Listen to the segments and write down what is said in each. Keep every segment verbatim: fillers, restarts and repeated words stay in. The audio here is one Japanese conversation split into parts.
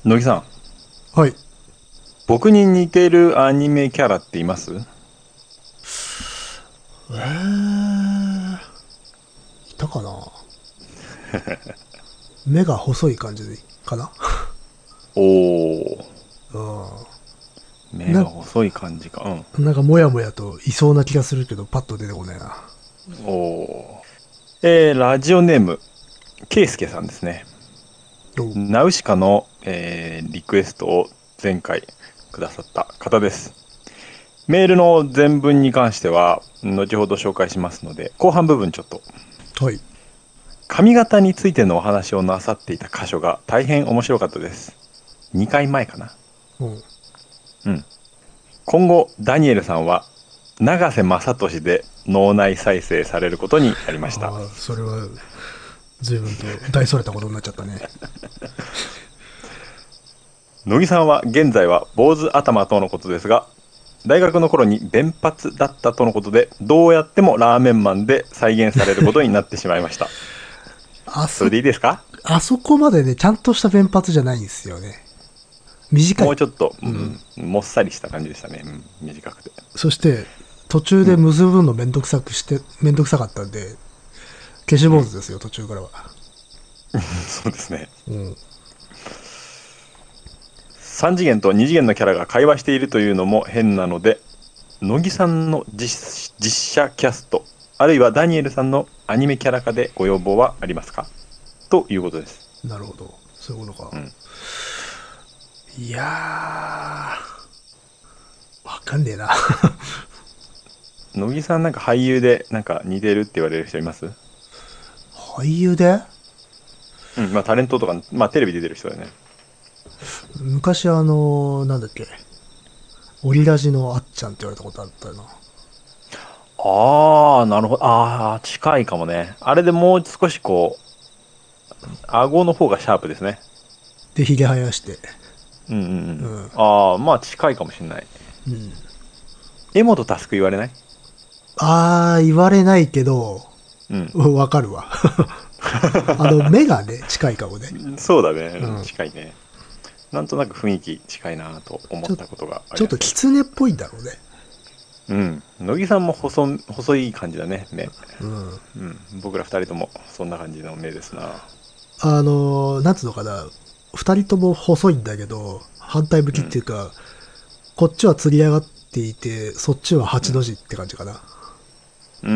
乃木さん、 はい。 僕に似てるアニメキャラっています？ えー、いたかな。目が細い感じでかな。 おー、 う目ん。な、 が細い感じか。 なんかもやもやといそうな気がするけど、パッと出てこないな。 うん。おー。えー、ラジオネーム、ケイスケさんですね。 お。 ナウシカの、えーリクエストを前回くださった方です。メールの全文に関しては、後ほど紹介しますので、後半部分ちょっと。 はい。 髪型についてのお話をなさっていた箇所が大変面白かったです。にかいまえかな。 うん。 うん。今後、ダニエルさんは、永瀬正敏で脳内再生されることになりました。 ああ、それは随分と大それたことになっちゃったね。 乃木さんは現在は坊主頭とのことですが、大学の頃に弁髪だったとのことで、どうやってもラーメンマンで再現されることになってしまいました。それあそ、 でいいですか？ あそこまでね、ちゃんとした弁髪じゃないんですよね。短い。 もうちょっと、ううん。 ん、もっさりした感じでしたね。うん、短くて。 そして、途中でうん、 結ぶのめんどくさくして、めんどくさかったんで、消しうん。 坊主ですよ、途中からは。 そうですね。 うん。 さん次元とに次元のキャラが会話しているというのも変なので、乃木さんの実実写キャスト、あるいはダニエルさんのアニメキャラ化でご要望はありますか？ということです。 なるほど。そういうことか。 うん。 いやー、わかんねえな。 乃木さんなんか俳優でなんか似てるって言われる人います？ 俳優でうん、まあタレントとか、まあテレビ出てる人だよね。 昔あのー、なんだっけ、オリラジのあっちゃんって言われたことあったよな。 ああ、なるほど。ああ、近いかもね。あれでもう少しこう、顎の方がシャープですね。 で、ヒゲ生やして。 うんうんうん。 うん。 ああ、まあ近いかもしれない。 うん。 江本佑言われない？ あー、言われないけど、 うん。 うんわかるわ。あの、目がね、近いかもね。 そうだね。うん、 うん。 近いね。なんとなく雰囲気近いなと思ちょ、 ったことがあちょっります。 と狐っぽいんだろうね。 うん。乃木さんも細、細い感じだね、目。 うん。 うん。僕ら二人ともそんな感じの目ですな。 あのー、なんつうのかな。二人とも細いんだけど、反対向きってうん。 いうか、こっちは釣り上がっていて、そっちはうん。 八の字って感じかな。 うん、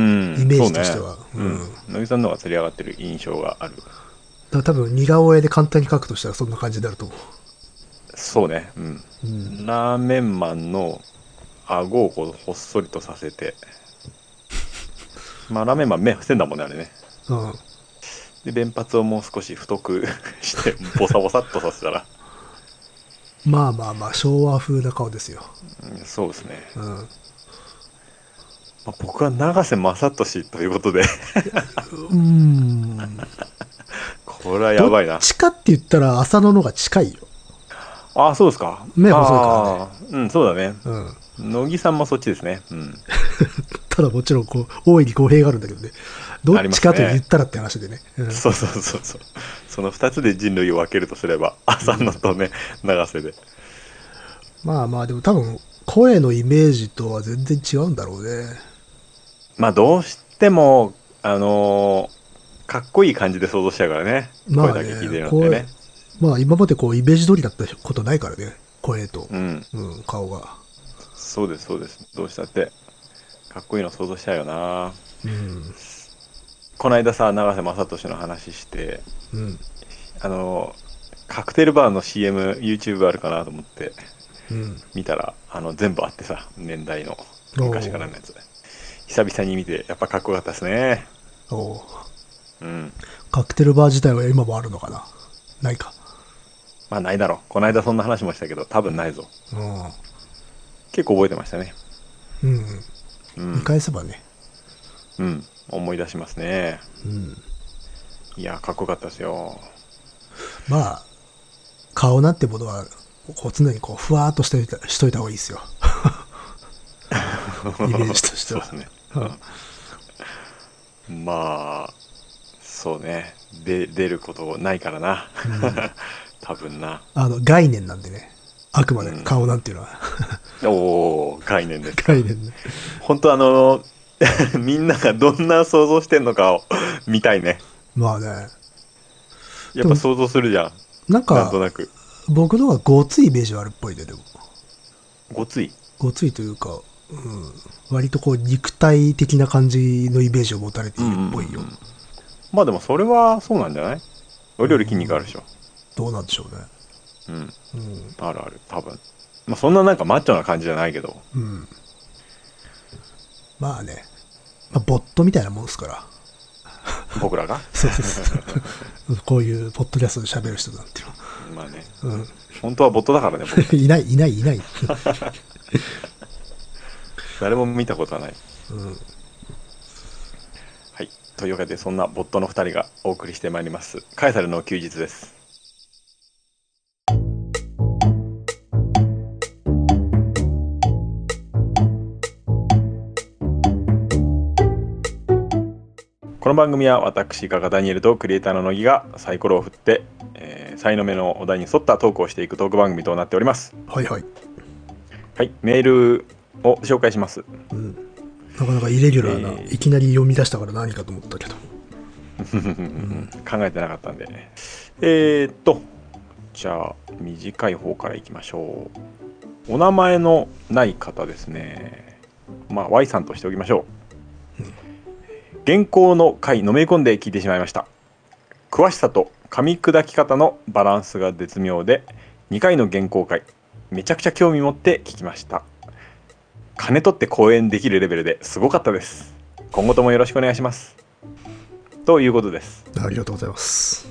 イメーそうね。 ジとしては。ううん。 ん。 乃木さんの方が釣り上がってる印象がある。 だから多分似顔絵で簡単に描くとしたらそんな感じになると思そうね。うん。 う。うん。 ラーメンマンの顎をこうほっそりとさせて。まあラーメンマン目伏せんだもんね、あれね。 うん。 で、弁髪をもう少し太くして、ボサボサっとさせたら。 まあまあまあ、昭和風な顔ですよ。 うん、そうですね。 うん。 まあ、僕は永瀬正敏ということでうーん。 これはやどっばいな。 ちかって言ったら浅野のが近いよ。 ああ、そうですか。 目細いからね。 ああ、うん、そうだね。 うん。 乃木さんもそっちですね。うん。 ただもちろんこう、大いに語弊があるんだけどね。どありっちかと言っますね。 たらって話でね。うん。 そうそうそうそう。その二つで人類を分けるとすれば、浅野とね、永瀬で。 まあまあ、でも多分、声のイメージとは全然違うんだろうね。 まあ、どうしても、あのーかっこいい感じで想像しちゃうからね。声まあね、 だけ聞いてるのって声、 ね。 まあ今までこう、イメージ通りだったことないからね。声と、 うん。 うん、顔が。 そうです、そうです。どうしたって。かっこいいの想像しちゃうよな。 うん、 この間さ、永瀬正敏の話して、 うん、 あの、カクテルバーの シーエム、YouTube あるかなと思ってうん。 見たら、あの、全部あってさ、年代のお昔からのやーつ。久々に見て、やっぱかっこよかったですね。 おーうん。 カクテルバー自体は今もあるのかな。ないか。 まあ、ないだろう。この間そんな話もしたけど、多分ないぞ。 うん。 結構覚えてましたね。 うん。見うん。 返せばね。 うん。思い出しますね。 うん。 いや、かっこよかったですよ。 まあ、顔なんてものは、こう常にこう、ふわーっとしといた、しといた方がいいですよ。イメージとしては。 そうですね。 うん。 うん。まあ、そうね。で、出ることないからな。 うん。 多分な。 あの、概念なんでね。あくまで顔なんていうのは。 うん、おお、概念です。 概念ね。 本当あのみんながどんな想像してんのかを見たいね。 まあね。 やっぱ想像するじゃん。 なんか、 なんとなく。 僕の方がごついイメージはあるっぽいね、でも。 ごつい。 ごついというか、うん、割とこう肉体的な感じのイメージを持たれているっぽいよ。 うんうんうん、まあでもそれはそうなんじゃない？俺より筋肉あるでしょ。 どうなんでしょうね。 うん。うん、 うん、 あるある、多分。まあそんななんかマッチョな感じじゃないけど。 うん。まあね。まあ、ボットみたいなもんですから。 僕らがそうそうそう。こういうポッドキャストで喋る人なんていうの。まあね。 うん。 本当はボットだからね、僕。 いない、いない、いない。 誰も見たことはない。 うん。 はい。というわけで、そんなボットのふたりがお送りしてまいります。カエサルの休日です。この番組は私、ガガダニエルとクリエイターの乃木がサイコロを振って、えー、才の目のお題に沿ったトークをしていくトーク番組となっております。 はいはい。 はい、メールを紹介します。 うん。なかなかイレギュラーな、えー、いきなり読み出したから何かと思ったけど。うん、 考えてなかったんで、ね。えー、っと、じゃあ短い方からいきましょう。お名前のない方ですね。まあ Y さんとしておきましょう。うん原稿の回のめり込んで聞いてしまいました。詳しさと噛み砕き方のバランスが絶妙でにかいの原稿回めちゃくちゃ興味持って聞きました。金取って講演できるレベルですごかったです。今後ともよろしくお願いしますということです。 ありがとうございます。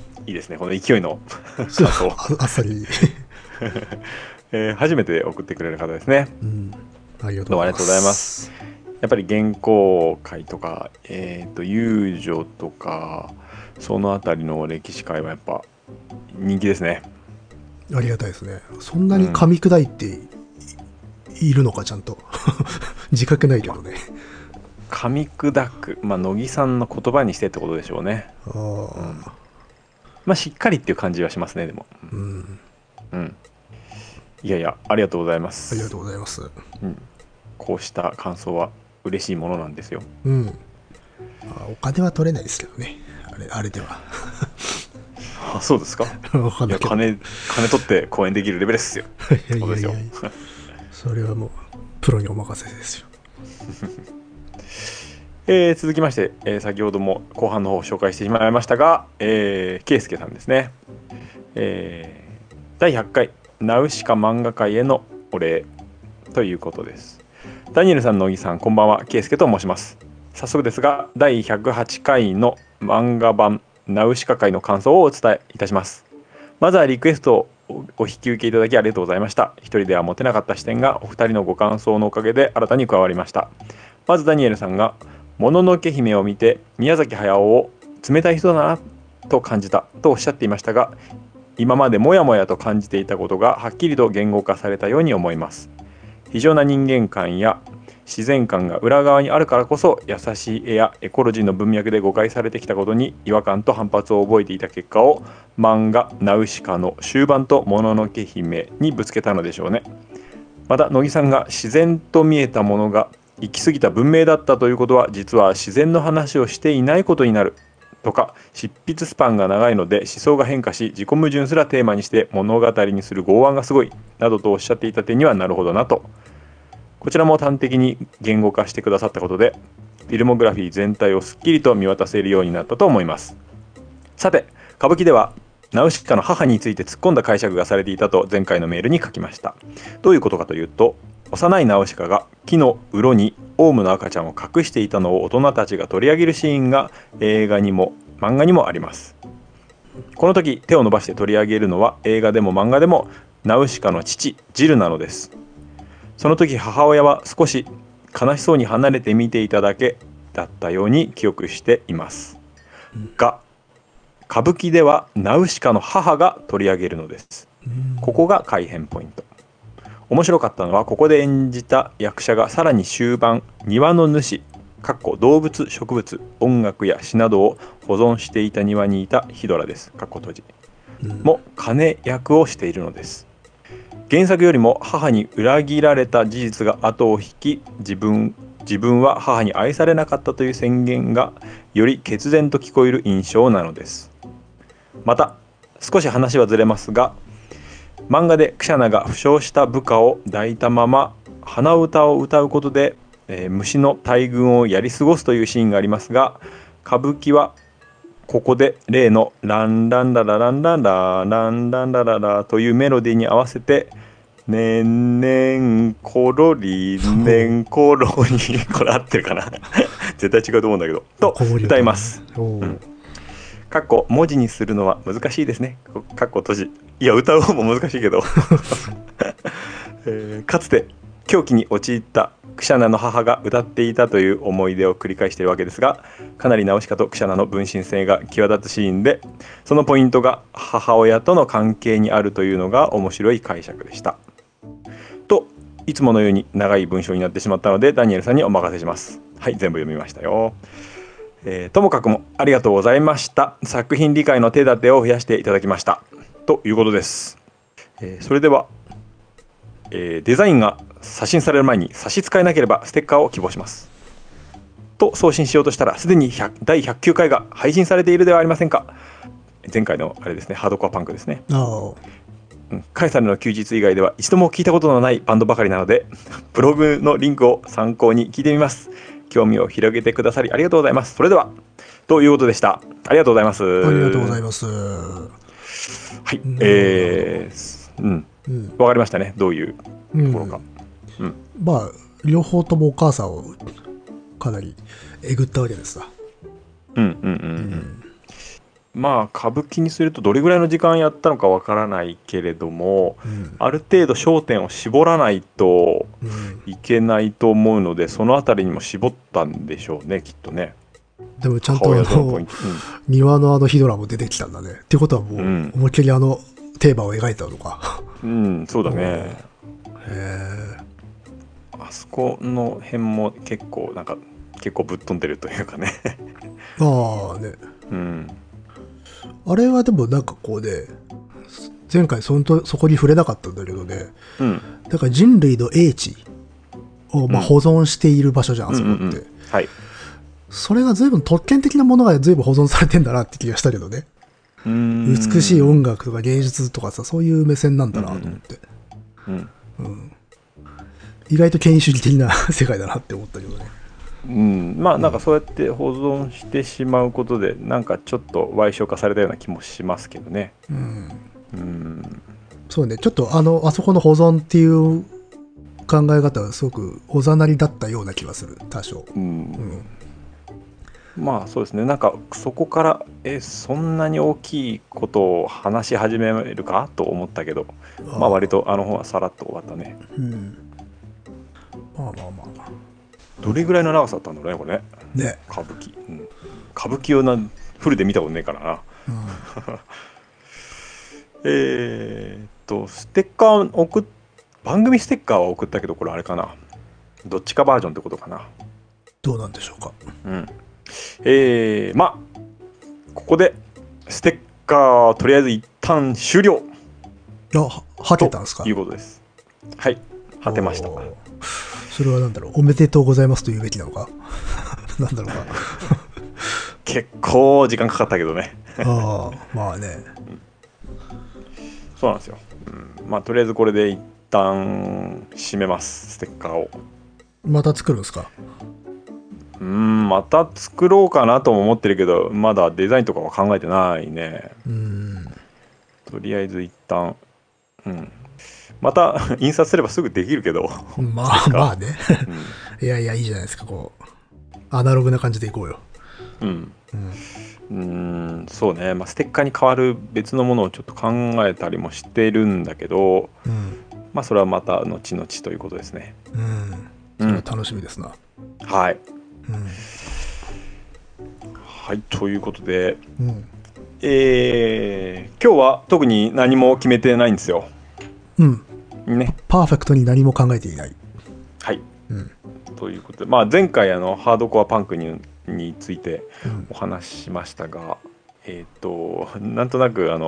いいですね、この勢いの感想。 あっさり、 えー、初めて送ってくれる方ですね。 うん、ありがとうございます。 やっぱり原稿会とか、えーと、遊女とかそのあたりの歴史会はやっぱ人気ですね。 ありがたいですね。そんなに噛み砕いているのか、ちゃんと自覚ないけどね。 噛み砕く、まあ乃木さんの言葉にしてってことでしょうね。 あ、うん、 まあしっかりっていう感じはしますね。でも、うん、うん、いやいやありがとうございます。 ありがとうございます。 うん、こうした感想は嬉しいものなんですよ。 うん。あ、お金は取れないですけどね。あれ、あれでは。 あ、そうですか。いや、金、金取って講演できるレベルですよ。 いやいやいやいやそれはもうプロにお任せですよ。 えー、続きまして、えー、先ほども後半の方を紹介してしまいましたが、えー、ケイスケさんですね。えー、だいひゃっかいナウシカ漫画界へのお礼ということです。ダニエルさん、乃木さん、こんばんは。ケイスケと申します。早速ですが、だいひゃくはちかいの漫画版ナウシカ界の感想をお伝えいたします。まずはリクエストをお引き受けいただきありがとうございました。一人では持てなかった視点がお二人のご感想のおかげで新たに加わりました。まずダニエルさんがもののけ姫を見て宮崎駿を冷たい人だなと感じたとおっしゃっていましたが、今までモヤモヤと感じていたことがはっきりと言語化されたように思います。非常な人間観や自然観が裏側にあるからこそ優しい絵やエコロジーの文脈で誤解されてきたことに違和感と反発を覚えていた結果を漫画ナウシカの終盤ともののけ姫にぶつけたのでしょうね。また乃木さんが自然と見えたものが行き過ぎた文明だったということは実は自然の話をしていないことになるとか、執筆スパンが長いので思想が変化し自己矛盾すらテーマにして物語にする剛腕がすごいなどとおっしゃっていた点にはなるほどなと。こちらも端的に言語化してくださったことでフィルモグラフィー全体をすっきりと見渡せるようになったと思います。さて、歌舞伎ではナウシカの母について突っ込んだ解釈がされていたと前回のメールに書きました。どういうことかというと、幼いナウシカが木の洞にオウムの赤ちゃんを隠していたのを大人たちが取り上げるシーンが映画にも漫画にもあります。この時手を伸ばして取り上げるのは映画でも漫画でもナウシカの父ジルなのです。その時母親は少し悲しそうに離れて見ていただけだったように記憶していますが、歌舞伎ではナウシカの母が取り上げるのです。ここが改変ポイント。面白かったのはここで演じた役者がさらに終盤庭の主かっこ動物植物音楽や詩などを保存していた庭にいたヒドラですかっこ閉じ。 も金役をしているのです。原作よりも母に裏切られた事実が後を引き、自分自分は母に愛されなかったという宣言がより決然と聞こえる印象なのです。また少し話はずれますが、漫画でクシャナが負傷した部下を抱いたまま鼻歌を歌うことで、えー虫の大群をやり過ごすというシーンがありますが、歌舞伎はここで例のランランララランランラランランラララというメロディーに合わせてねんねんころりねんころりこれ合ってるかな絶対違うと思うんだけどと歌います。 おー、 うんかっこ文字にするのは難しいですね。かっこ閉じ。いや歌う方も難しいけど、えーかつて狂気に陥ったクシャナの母が歌っていたという思い出を繰り返しているわけですが、かなりナウシカとクシャナの分身性が際立つシーンで、そのポイントが母親との関係にあるというのが面白い解釈でした。といつものように長い文章になってしまったのでダニエルさんにお任せします。はい、全部読みましたよ。えーともかくもありがとうございました。作品理解の手立てを増やしていただきましたということです。えーそれでは、えーデザインが刷新される前に差し支えなければステッカーを希望しますと送信しようとしたら、すでにだいひゃくきゅうかいが配信されているではありませんか。前回のあれですね、ハードコアパンクですね。 あーうんカエサルの休日以外では一度も聞いたことのないバンドばかりなのでブログのリンクを参考に聞いてみます。興味を広げてくださりありがとうございます。それではということでした。ありがとうございます。 ありがとうございます。 はい、 うんえー、うん、 うんわかりましたね。どういうとうんころか。うん、 まあ両方ともお母さんをかなりえぐったわけですわ。 うん、うん、うん、うん。まあ歌舞伎にするとどれぐらいの時間やったのかわからないけれども、 うんある程度焦点を絞らないとうんいけないと思うので、そのあたりにも絞ったんでしょうね、きっとね。 でもちゃん母とあの親とのポイント。 庭のあのヒドラも出てきたんだね。ってことはもううん思いっきりあのテーマを描いたのか。 うん、うん、そうだね。 へえ。 あそこの辺も結構なんか結構ぶっ飛んでるというかね。 ああね。 うん。 あれはでもなんかこうね、前回そんとそこに触れなかったんだけどね、 うん。 だから人類の英知をまあうん保存している場所じゃん、あそこって。 うんうんうんはい。 それが随分特権的なものが随分保存されてんだなって気がしたけどね。 うーん美しい音楽とか芸術とかさ、そういう目線なんだなと思って。 うん。 意外と権威主義的な世界だなって思ったけどね。 うん、まあなんかそうやって保存してしまうことでなんかちょっと歪償化されたような気もしますけどね。 うん。 うん。 そうね、ちょっとあの、あそこの保存っていう考え方はすごくおざなりだったような気がする、多少。 うんうん。 まあそうですね、なんかそこからえそんなに大きいことを話し始めるかと思ったけど、まあ割とあの本はさらっと終わったね。 うん。まあまあまあ。 どれぐらいの長さだったんだろうねこれね。 ね。 歌舞伎、うん、歌舞伎をなフルで見たことねえからな。 うん。 えーっとステッカー送っ番組ステッカーは送ったけど、これあれかな、どっちかバージョンってことかな。 どうなんでしょうか。 うんえー、まあここでステッカーとりあえず一旦終了あ、ははてたんですか。 ということです。はい、果てました。 おーそれはなんだろう、おめでとうございますと言うべきなのかなんだろうか結構時間かかったけどね。 ああ、まあね。 そうなんですよ、うん、まあとりあえずこれで一旦締めます、ステッカーを。 また作るんですか。 うんまた作ろうかなとも思ってるけど、まだデザインとかは考えてないね。 うーん。 とりあえず一旦うんまた印刷すればすぐできるけど、 まあステッカーまあね。いやいや、いいじゃないですか、こう。アナログな感じでいこうよ。 うんうん。 うーんそうね、まあ、ステッカーに代わる別のものをちょっと考えたりもしてるんだけど、 うん。 まあそれはまた後々ということですね。 うん。それは楽しみですな。 はいうん。 はいということで、 うん。 えー、今日は特に何も決めてないんですようん。 ね。 パーフェクトに何も考えていない。 はいうん。 ということで、まあ、前回あのハードコアパンクにについてうんお話ししましたが、えっ、となんとなくあの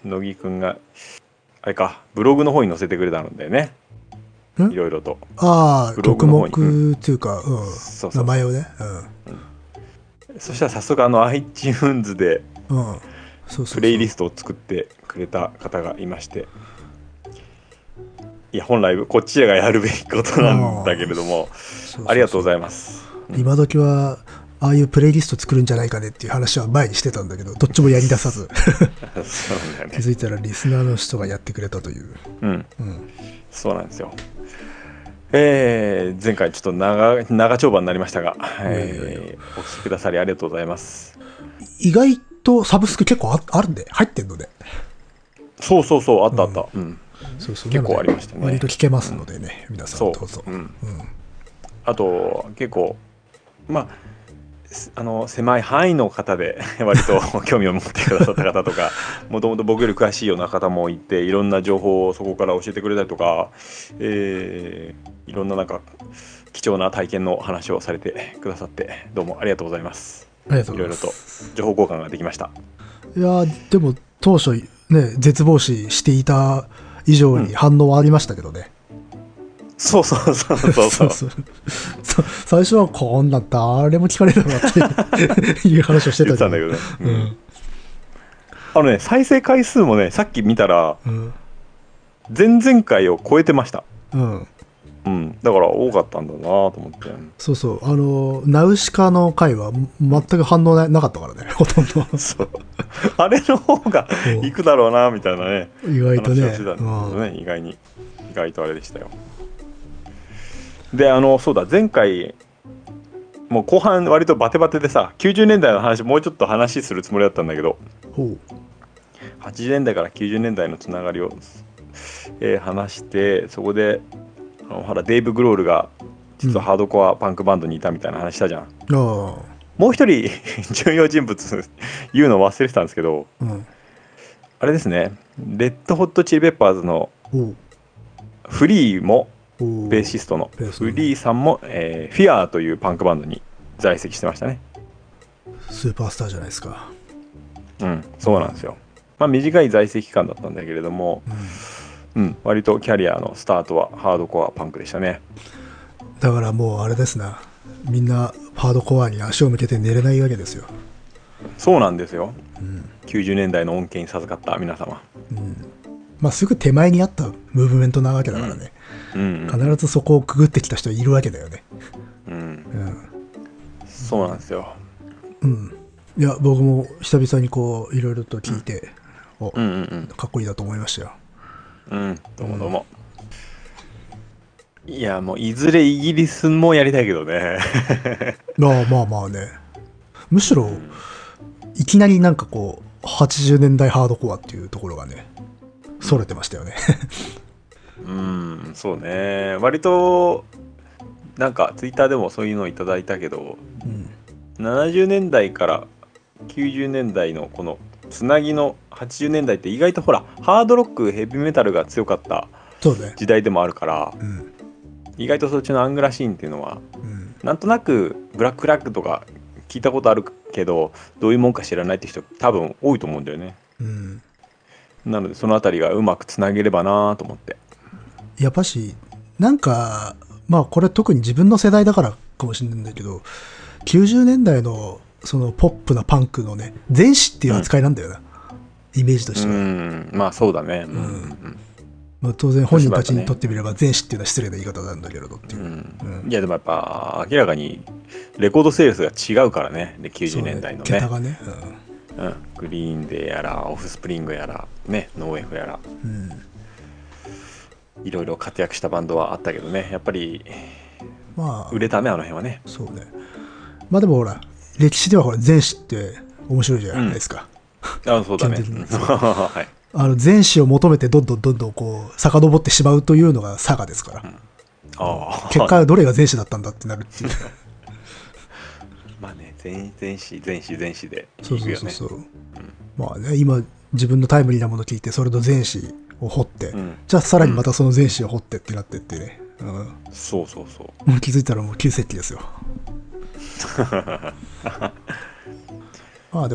乃木くんがあれかブログの方に載せてくれたのでね、 んいろいろと。 ああ、 ブログ曲の方に目っていうか、うん、 そうそう名前をね、 そしたら早速あの iTunes でうん、うん、そうそうそう。 プレイリストを作ってくれた方がいまして、いや本来こっちらがやるべきことなんだけれども、 そうそうそうありがとうございます。 今時はああいうプレイリスト作るんじゃないかねっていう話は前にしてたんだけど、どっちもやり出さずそうなんだよね。 気づいたらリスナーの人がやってくれたという、 うん、 うん、 そうなんですよ。えー、前回ちょっと長長丁場になりましたが、えー、お聞きくださりありがとうございます。 意外とサブスク結構 あ, あるんで入ってんので、 そうそうそうあったあった、うん、うん、 そうそう結構ありましたね。 割と聞けますのでね、うん、皆さんどうぞ。 そう、うんうん、 うん、 あと結構まああの狭い範囲の方で割と興味を持ってくださった方とかもともと僕より詳しいような方もいて、いろんな情報をそこから教えてくれたりとか、えー、いろんななんか貴重な体験の話をされてくださってどうもありがとうございます。 ありがとうございます。 いろいろと情報交換ができました。 いやでも当初ね絶望視していた以上に反応はありましたけどね、 うん、そうそうそうそうそうそうそう最初はこんな誰も聞かれるのっていう話をしてたんだけどね、うんうん、あのね再生回数もねさっき見たら、うん、前々回を超えてました。うんうん、だから多かったんだなと思って。 そうそうあのナウシカの回は全く反応 な, なかったからねほとんどそうあれの方がいくだろうなみたいなね意外とね話をしてたんですけどね、うん、意外に意外とあれでしたよ。であのそうだ前回もう後半割とバテバテでさきゅうじゅうねんだいの話もうちょっと話するつもりだったんだけど、ほうはちじゅうねんだいからきゅうじゅうねんだいのつながりを、えー、話して、そこであのほらデイブ・グロールが実はハードコアパンクバンドにいたみたいな話したじゃん、うん、もう一人重要人物言うの忘れてたんですけど、うん、あれですねレッドホットチリペッパーズのフリーもベーシストのフリーさんも、えー、フィアーというパンクバンドに在籍してましたね。 スーパースターじゃないですか。 うんそうなんですよ、まあ短い在籍期間だったんだけれども、うん、うん、割とキャリアのスタートはハードコアパンクでしたね。 だからもうあれですな、みんなハードコアに足を向けて寝れないわけですよ。 そうなんですよ、うん、きゅうじゅうねんだいの恩恵に授かった皆様、 うん、まあすぐ手前にあったムーブメントなわけだからね、うんうんうん、必ずそこをくぐってきた人いるわけだよね、うんうん、 そうなんですよ、 うん、いや僕も久々にこういろいろと聞いて、うん、お、うんうんうん、かっこいいなと思いましたよ。 うんどうもどうも、うん、いやもういずれイギリスもやりたいけどねまあまあまあね、むしろ、うん、いきなりなんかこうはちじゅうねんだいハードコアっていうところがねそれてましたよねうんそうね、割となんかツイッターでもそういうのをいただいたけど、うん、ななじゅうねんだいからきゅうじゅうねんだいのこのつなぎのはちじゅうねんだいって意外とほらハードロックヘビーメタルが強かった時代でもあるから、ね、うん、意外とそっちのアングラシーンっていうのは、うん、なんとなくブラックフラッグとか聞いたことあるけどどういうもんか知らないって人多分多いと思うんだよね、うん、なのでそのあたりがうまくつなげればなと思って。 やっぱしなんかまあこれ特に自分の世代だからかもしれないんだけど、きゅうじゅうねんだいのそのポップなパンクのね前史っていう扱いなんだよな、うん、イメージとしては。うんまあそうだね、うんうんまあ、当然本人たちにとってみれば前史っていうのは失礼な言い方なんだけれどっていう、うんうん、いやでもやっぱ明らかにレコードセールスが違うからねできゅうじゅうねんだいのね桁がね、 うんうん、グリーンデーやらオフスプリングやらねノーエフやら、うん、いろいろ活躍したバンドはあったけどねやっぱりまあ売れたねあの辺はね。 そうね。まあでもほら歴史ではほら前史って面白いじゃないですか、 うん、あそうだねはい、 あの前史を求めてどんどんどんどんこう遡ってしまうというのがサガですから、うん、あ結果どれが前史だったんだってなるっていうまあね前前史前史前史でいくよね。そうそうそうそう、うん、 まあね今自分のタイムリーなものを聞いてそれと前史を掘って、うん、じゃあさらにまたその前史を掘ってってなってってね、うん、 そうそうそう。 もう気づいたらもうきゅう世紀ですよまあでも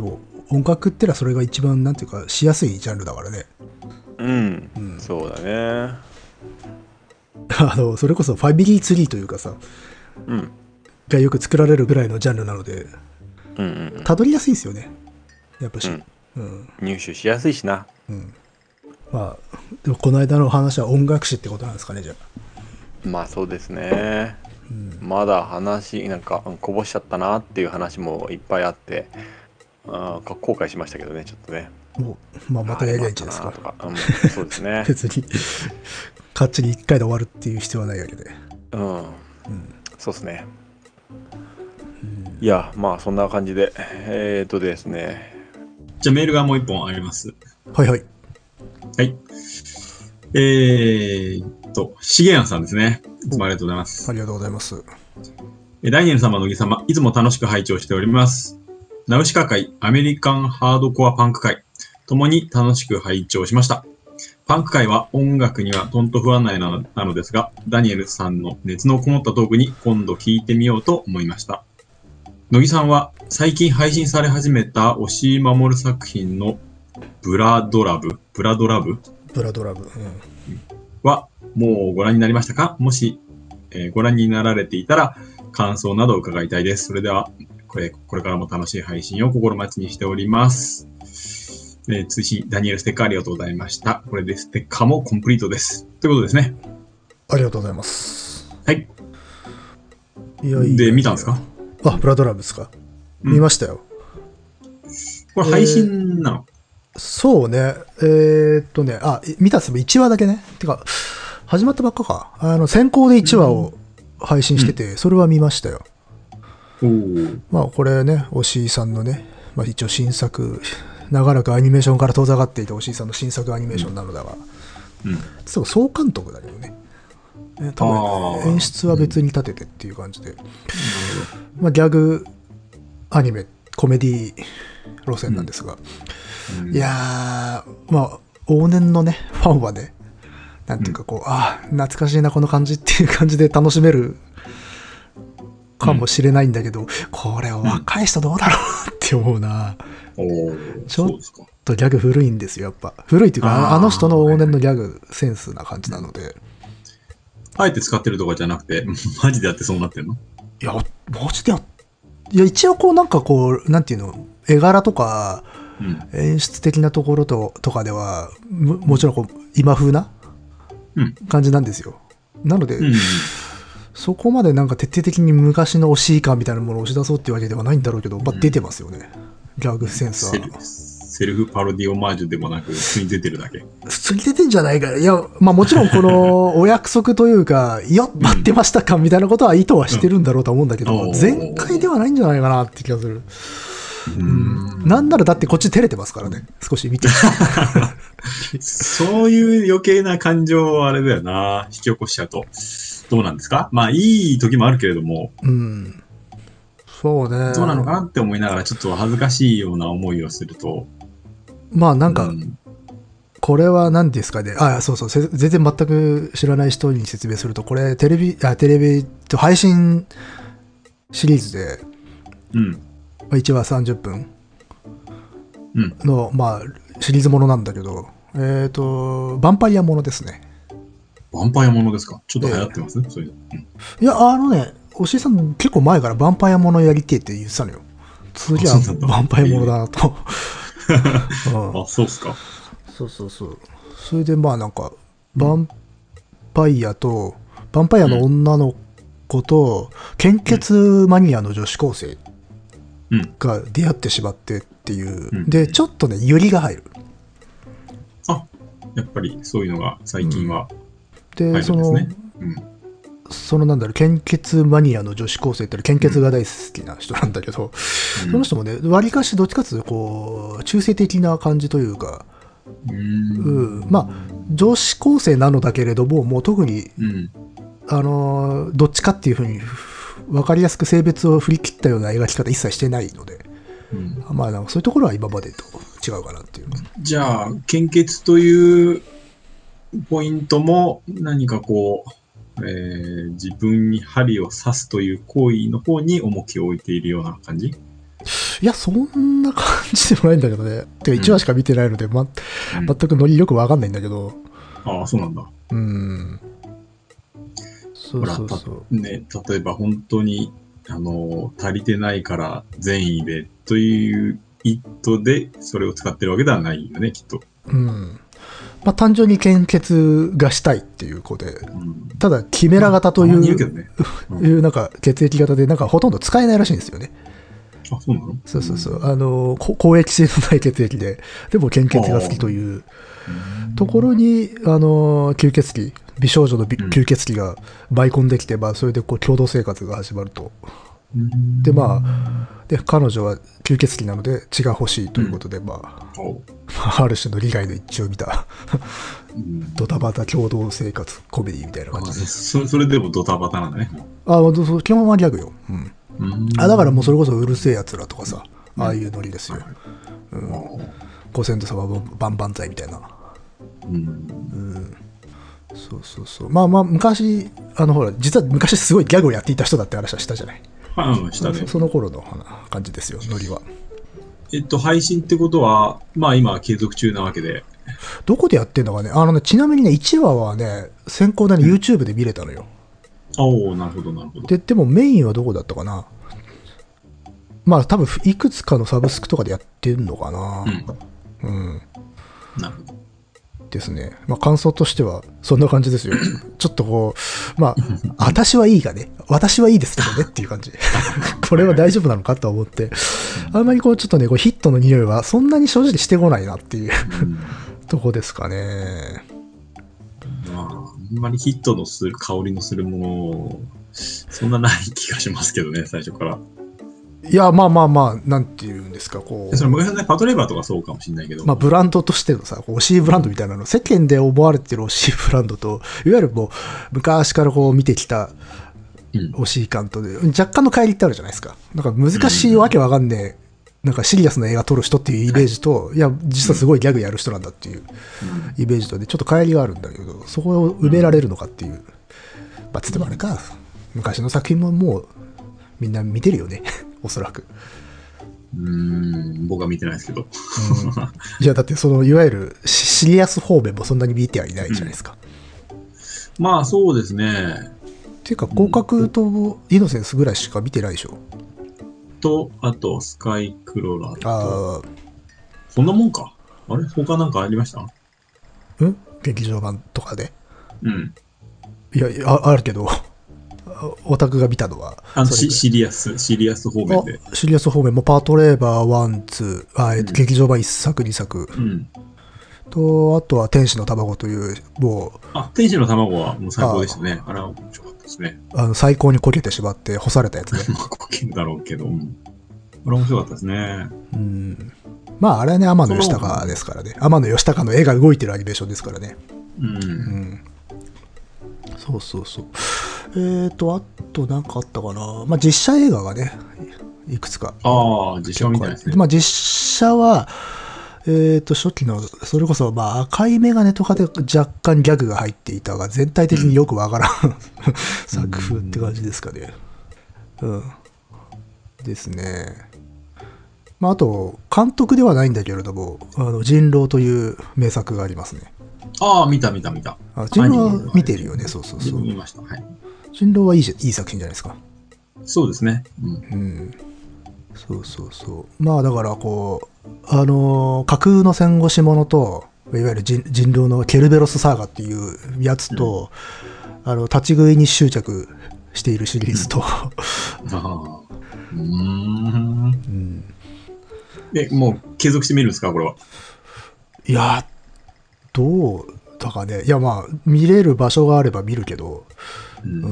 音楽ってのはそれが一番なんていうかしやすいジャンルだからね。 うん、 うん、 そうだね。 あのそれこそファミリーツリーというかさ、 うん、 がよく作られるぐらいのジャンルなので、 うんうんうん、 たどりやすいですよね、やっぱし。 うんうん、 入手しやすいしな。 うん、まあでもこの間の話は音楽史ってことなんですかね、じゃあ。 まあそうですね。まだ話なんかうんこぼしちゃったなっていう話もいっぱいあって、あーか後悔しましたけどね、ちょっとね。 もう、まあ、またやりゃいいんじゃないですか。 あーよかったなとか、うん、そうですね。 別にかっちりいっかいで終わるっていう必要はないわけで。 うん、そうですね。いや、まあそんな感じで、えーとですね。 じゃあメールがもう一本あります。 はいはい。 はい。えーっと、しげやんさんですね。いつもありがとうございます。 ありがとうございます。 えダニエル様、乃木様、いつも楽しく拝聴しております。ナウシカ会、アメリカンハードコアパンク会、ともに楽しく拝聴しました。パンク界は音楽にはとんと不安内なのなのですが、ダニエルさんの熱のこもったトークに今度聞いてみようと思いました。乃木さんは最近配信され始めた押井守作品のブラドラブ、ブラドラブブラドラブ。うん、 はもうご覧になりましたか？もし、えーご覧になられていたら感想などを伺いたいです。それではこれ、これからも楽しい配信を心待ちにしております。えー、追伸ダニエルステッカーありがとうございました。これでステッカーもコンプリートです。ということですね。 ありがとうございます。 はい。 いやいやで、見たんですか？ あ、ブラドラブですか。 うん見ましたよ。 これ配信なの？ そうね。えーっとね、あ、い見たっすもいちわだけね。てか、始まったばっかか。あの、先行でいちわを配信してて、それは見ましたよ。 おーまあ、これね、押井さんのね、まあ一応新作、長らくアニメーションから遠ざかっていた押井さんの新作アニメーションなのだが、 うん。 そう総監督だけどね。ね多あー分演出は別に立ててっていう感じで、まあ、ギャグアニメコメディ路線なんですが、 うんいやー、まあ往年のねファンはね、なんていうかこう、ああ懐かしいなこの感じっていう感じで楽しめるかもしれないんだけど、これ若い人どうだろうって思うな。 おーちょっそうですか。 ちょっとギャグ古いんですよ、やっぱ。古いっていうか、あのあーあの人の往年のギャグセンスな感じなので。 あえて使ってるとかじゃなくて、マジでやってそうなってんの？ いや、マジでや、いや、一応こうなんかこう、なんていうの、絵柄とかうん。 演出的なところととかでは、ももちろんこう、今風なうん。 感じなんですよ。なので、 うん。 そこまでなんか徹底的に昔の推し感みたいなものを押し出そうっていうわけではないんだろうけど、まあ、出てますよね。ギャグセンスはセ。ルセルフパロディオマージュでもなく、普通に出てるだけ。 普通に出てんじゃないか。いや、まあもちろんこのお約束というか、いや、待ってましたかみたいなことは意図はしてるんだろうと思うんだけど、 うん全開ではないんじゃないかなって気がする。 うん。 なんならだってこっち照れてますからね。少し見て。 そういう余計な感情をあれだよな、引き起こしちゃうと。どうなんですか？まあ、いい時もあるけれども、 うん。そうね。 どうなのかなって思いながら、ちょっと恥ずかしいような思いをすると。 まあなんか、 うんこれは何ですかね。あ、そうそう。せ全然全く知らない人に説明すると、これテレビ、あ、テレビと配信シリーズで、 うん。 まあいちわさんじゅっぷんうん。 の、まあ、シリーズものなんだけど、えっ、と、ヴァンパイアものですね。 ヴァンパイアものですか？ちょっと流行ってます、そういうの。うんいや、あのね、押井さん結構前からヴァンパイアものやりてえって言ってたのよ。次はあそうなんだヴァンパイアものだなと。うんあ、そうっすか。 そうそうそう。それでまあなんか、ヴァンパイアと、ヴァンパイアの女の子と、献血マニアの女子高生うん。 が出会ってしまってっていう。 うんで、ちょっとね、ユリが入る。 あ、やっぱりそういうのが最近はで、 入るその、 んですね。うん。 そのなんだろう、献血マニアの女子高生って献血が大好きな人なんだけど、その人もね、わりかしどっちかというと、こう、中性的な感じというか、 う。 うんん、まあ、女子高生なのだけれども、もう特に、 うん。 あのーどっちかっていうふうに、わかりやすく性別を振り切ったような描き方一切してないので、 うんまあ、なんかそういうところは今までと違うかなっていう。 じゃあ、献血というポイントも何かこう、えー自分に針を刺すという行為の方に重きを置いているような感じ？ いや、そんな感じでもないんだけどね。てかいちわしか見てないので、ま、全くノリよくわかんないんだけど。 ああ、そうなんだ。 うん。そうそうそう。 ね、例えば本当に、あの、足りてないから善意でという意図でそれを使ってるわけではないよね、きっと。 うん。まあ、単純に献血がしたいっていう子で、うん、ただ、キメラ型という、まあねうん、いうなんか血液型で、なんかほとんど使えないらしいんですよね。 あ、そうなの？ そうそうそう。あの、公益性のない血液で、でも献血が好きというところに、あの、吸血鬼、美少女の吸血鬼が舞い込んできて、まあ、それでこう共同生活が始まると。で、まあ、で、彼女は吸血鬼なので血が欲しいということで、うん、まあ、ある種の利害の一致を見たドタバタ共同生活コメディみたいな感じで。 そ, それでもドタバタなんだね。 あ、基本はギャグよ。うん。うんあだからもうそれこそうるせえやつらとかさ、ああいうノリですよ。うん、ご先祖様万々歳みたいな。うん。うんそうそうそう。まあまあ、昔、あのほら、実は昔すごいギャグをやっていた人だって話はしたじゃない。 うん、したね。 そ, その頃の感じですよ、ノリは。 えっと、配信ってことは、まあ今継続中なわけで。 どこでやってんのかね。あのね、ちなみにね、いちわはね、先行でね、YouTube で見れたのよ。 おおなるほど、なるほど。 で、でもメインはどこだったかな。まあ多分、いくつかのサブスクとかでやってるのかな。うん。うん、 なるほど。 ですね。まあ感想としてはそんな感じですよ。ちょっとこう、まあ、私はいいがね、私はいいですけどねっていう感じ。これは大丈夫なのかと思って、あんまりこうちょっとね、こうヒットの匂いはそんなに正直してこないなっていうとこですかね。 まあ、あんまりヒットのする、香りのするもの、そんなない気がしますけどね、最初から。 いや、まあまあまあ、なんていうんですか、こう。 それ昔のね、パトレーバーとかそうかもしれないけど。 まあ、ブランドとしてのさ、こう推しブランドみたいなの、世間で思われてる推しブランドと、いわゆるもう、昔からこう見てきた推し感とで、若干の乖離ってあるじゃないですか。なんか難しいわけわかんねえ、なんかシリアスな映画撮る人っていうイメージと、いや、実はすごいギャグやる人なんだっていうイメージとで、ちょっと乖離があるんだけど、そこを埋められるのかっていう。まあ、つってもあれか、昔の作品ももう、みんな見てるよね。おそらく。 うーん、僕は見てないですけど。 うん、いや、だってその、いわゆるシリアス方面もそんなに見てはいないじゃないですか。 うん、まあ、そうですね。 っていうか、広角とイノセンスぐらいしか見てないでしょ。 と、あと、スカイクロラと。 ああ。 そんなもんか。あれ他なんかありました？ うん劇場版とかで。 うん。 いや、あ, あるけど。オタクが見たのはあのシリアスシリアス方面でシリアス方面もパトレーバーワン、ツー、あ、えっと、劇場版いっさくにさく、うん、とあとは天使の卵というもうあ天使の卵はもう最高でしたね。あれは面白かったですね。 あの最高にこけてしまって干されたやつね。 まあこけるだろうけど、うん、あれ面白かったですね。 うんまああれはね天野義高ですからね。天野義高の絵が動いてるアニメーションですからね。うん、うんそうそうそう。えーと、あと何かあったかな。まあ、実写映画がね、いくつか。 ああ、実写みたいですね。 まあ、実写は、えーと、初期の、それこそ、まあ、赤いメガネとかで若干ギャグが入っていたが、全体的によくわからん、うん、作風って感じですかね。うん。ですね。まあ、あと、監督ではないんだけれども、あの人狼という名作がありますね。 ああ、見た見た見た。 あ人狼は見てるよね、そうそうそう。 見ました。はい。 人狼はいいじゃいい作品じゃないですか。 そうですね。 うん。うん、そうそうそう。まあだからこう、あのー、架空の戦後し者と、いわゆる人人狼のケルベロスサーガっていうやつと、うん、あの立ち食いに執着しているシリーズと。うん、ああ。 うん。うん。え、もう継続してみるんですか、これは。 いや、どうだかね。いや、まあ、見れる場所があれば見るけど、うん。うん、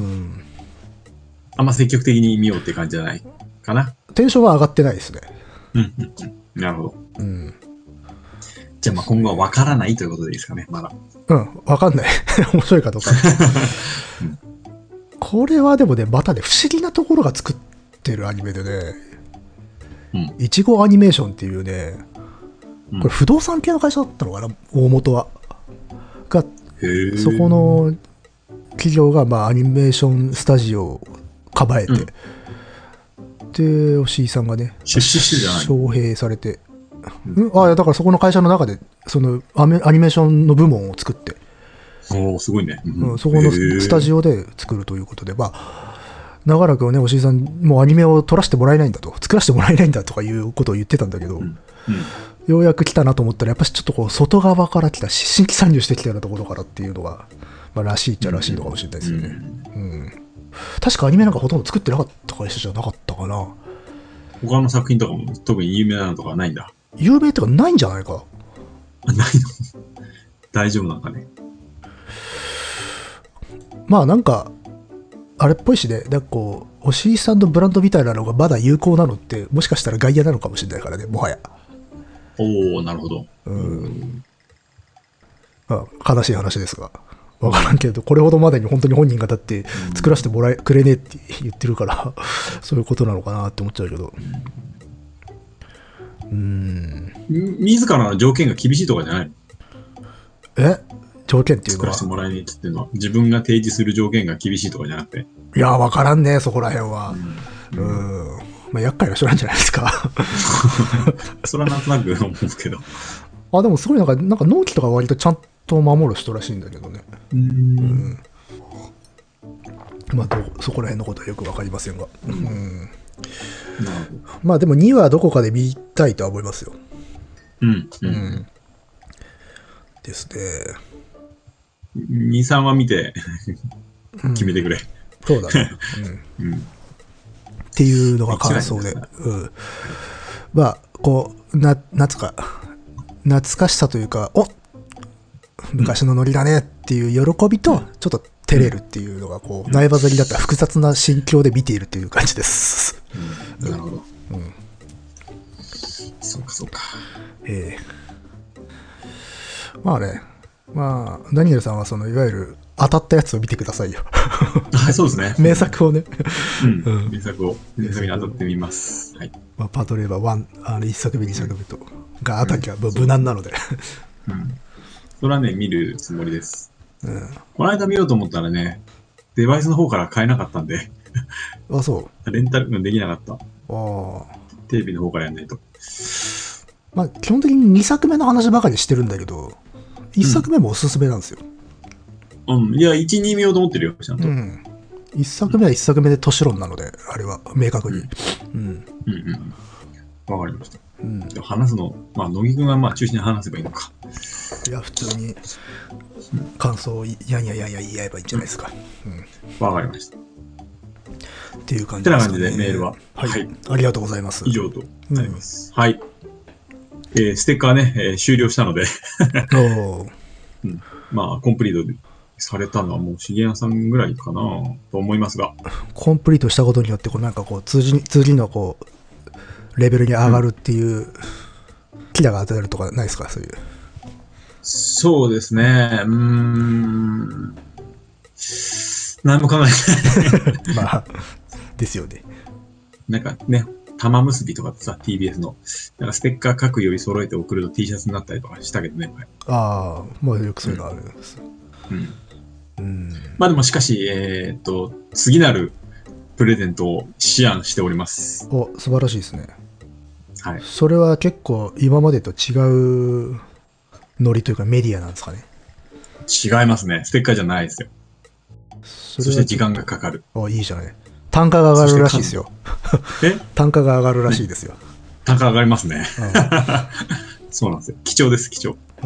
あんま積極的に見ようって感じじゃないかな。 テンションは上がってないですね。 うん、うん。なるほど。 うん。 じゃあ、まあ今後は分からないということでいいですかね、まだ。 うん、分かんない。面白いかどうか。うん、これはでもね、またね、不思議なところが作ってるアニメでね、いちごアニメーションっていうね、これ不動産系の会社だったのかな、大元は。が、そこの企業がまあアニメーションスタジオを構えて、 で、押井さんがね、 出資してじゃない招聘されて、うん、ああ、だからそこの会社の中で、そのアメアニメーションの部門を作って、 おー、すごいね。 うん、そこのスタジオで作るということで、まあ、長らくね、押井さん、もうアニメを撮らせてもらえないんだと、作らせてもらえないんだとかいうことを言ってたんだけど、 うんうん、 ようやく来たなと思ったら、やっぱりちょっとこう外側から来た、新規参入してきたようなところからっていうのが、まあ、らしいっちゃらしいのかもしれないですよね。うんうんうん、確かアニメなんかほとんど作ってなかった会社じゃなかったかな。 他の作品とかも特に有名なのとかはないんだ。 有名とかないんじゃないか。 ないの大丈夫なんかね。 まあなんか、あれっぽいしね、なんかこう、押井さんのブランドみたいなのがまだ有効なのって、もしかしたら外野なのかもしれないからね、もはや。 おお、なるほど。 うん。まあ、悲しい話ですが。わからんけど、これほどまでに本当に本人がだって作らせてもらえ、くれねえって言ってるから、そういうことなのかなって思っちゃうけど。うーん。 自らの条件が厳しいとかじゃないの？ え条件っていうのは？ 作らせてもらえねえって言ってるのは、自分が提示する条件が厳しいとかじゃなくて。 いや、わからんね、そこら辺は。うん。うん、まあ、厄介な人なんじゃないですか。 それはなんとなく思うけど。 あ、でもすごいなんか、なんか納期とか割とちゃんと守る人らしいんだけどね。 うーん。うん、 まあど、そこら辺のことはよくわかりませんが。うん。うん、 なるほど。 まあでもにはどこかで見たいとは思いますよ。 うん。うん。 うん、ですね。 に、さんは見て決めてくれ。 うん、そうだね。うん。うん、っていうのが感想で。うん。まあ、こう、な、夏か、懐かしさというか、お昔のノリだねっていう喜びと、ちょっと照れるっていうのが、こう、苗場釣りだったら複雑な心境で見ているっていう感じです。 うん、なるほど。 うん。 そうか、そうか。 ええー。まあね、まあ、ダニエルさんは、その、いわゆる、当たったやつを見てくださいよ。 はい、そうですね。 名作をね。 うん。名作を、名作に当たってみます。はい。 まあ、パトレーバーいち、あのいっさくめ、にさくめと、が当たりは無難なので。 うん。それはね、見るつもりです。 うん。 この間見ようと思ったらね、デバイスの方から買えなかったんで。 あ、そう。 レンタルができなかった。ああ。 テレビの方からやんないと。 まあ、基本的ににさくめの話ばかりしてるんだけど、いっさくめもおすすめなんですよ。 うん、うん、いや、いち、に見ようと思ってるよ、ちゃんと。うん。 いっさくめはいっさくめで都市論なので、あれは、明確に。 うん。うん、うん、うん。わかりました。うん、話すの、まあ、乃木くんがまあ中心に話せばいいのか。 いや、普通に感想をやんややんや言い合えばいいんじゃないですか。わ、 うん、かりました。 っていう感じですね。 ってな感じでメールは。 はい。はい、ありがとうございます。 以上となります。うん、はい。えー、ステッカーね、えー、終了したのでお、うん。まあ、コンプリートされたのはもう重谷さんぐらいかなと思いますが。 コンプリートしたことによって、こうなんかこう、通じ、通じのこう、レベルに上がるっていう、うん、キラが当たるとかないですか、そういう。 そうですね。うーん。何も考えてない。 まあ、ですよね。 なんかね、玉結びとかさ、ティービーエス の。なんかステッカー書くより揃えて送ると T シャツになったりとかしたけどね。 ああ、まあよくそういうのあるんです。 うん。うん、まあでもしかし、えー、っと、次なるプレゼントを思案しております。 お、素晴らしいですね。 はい。 それは結構今までと違うノリというかメディアなんですかね。 違いますね。ステッカーじゃないですよ。そ, そして時間がかかる。 あ、いいじゃない。単価が上がるらしいですよ。 え単価が上がるらしいですよ。 単価上がりますね。うん、そうなんですよ。貴重です、貴重。うん、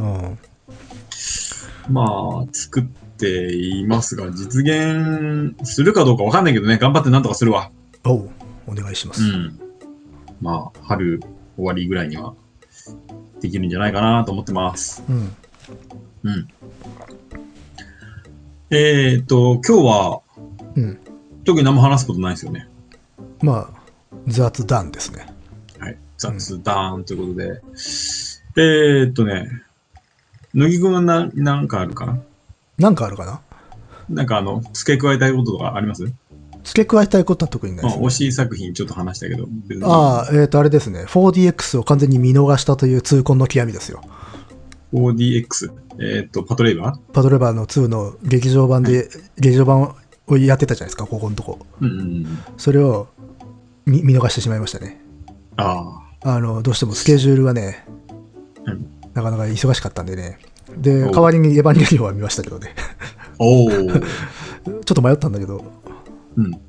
まあ、作っていますが、実現するかどうかわかんないけどね、頑張ってなんとかするわ。 おう、お願いします。 うん。まあ、春終わりぐらいにはできるんじゃないかなと思ってます。うん。うん。えー、っと、今日は、うん、特に何も話すことないですよね。 まあ、雑談ですね。 はい。雑談ということで。うん、えー、っとね、乃木くんはな、なんかあるかななんかあるかななんかあの、付け加えたいこととかあります？ 付け加えたいことは特にないですね。 推し作品ちょっと話したけど。 ああ、えっ、ー、と、あれですね。フォーディーエックス を完全に見逃したという痛恨の極みですよ。 フォーディーエックス? えっ、ー、と、パトレーバーパトレーバーのツーの劇場版で、はい、劇場版をやってたじゃないですか、ここのとこ。うんうんうん、それを、 見見逃してしまいましたね。 ああの、どうしてもスケジュールがね、 うんなかなか忙しかったんでね。で、 おう代わりにエヴァンゲリオンは見ましたけどね。 あ。おお。 ちょっと迷ったんだけど、 うん。 はい。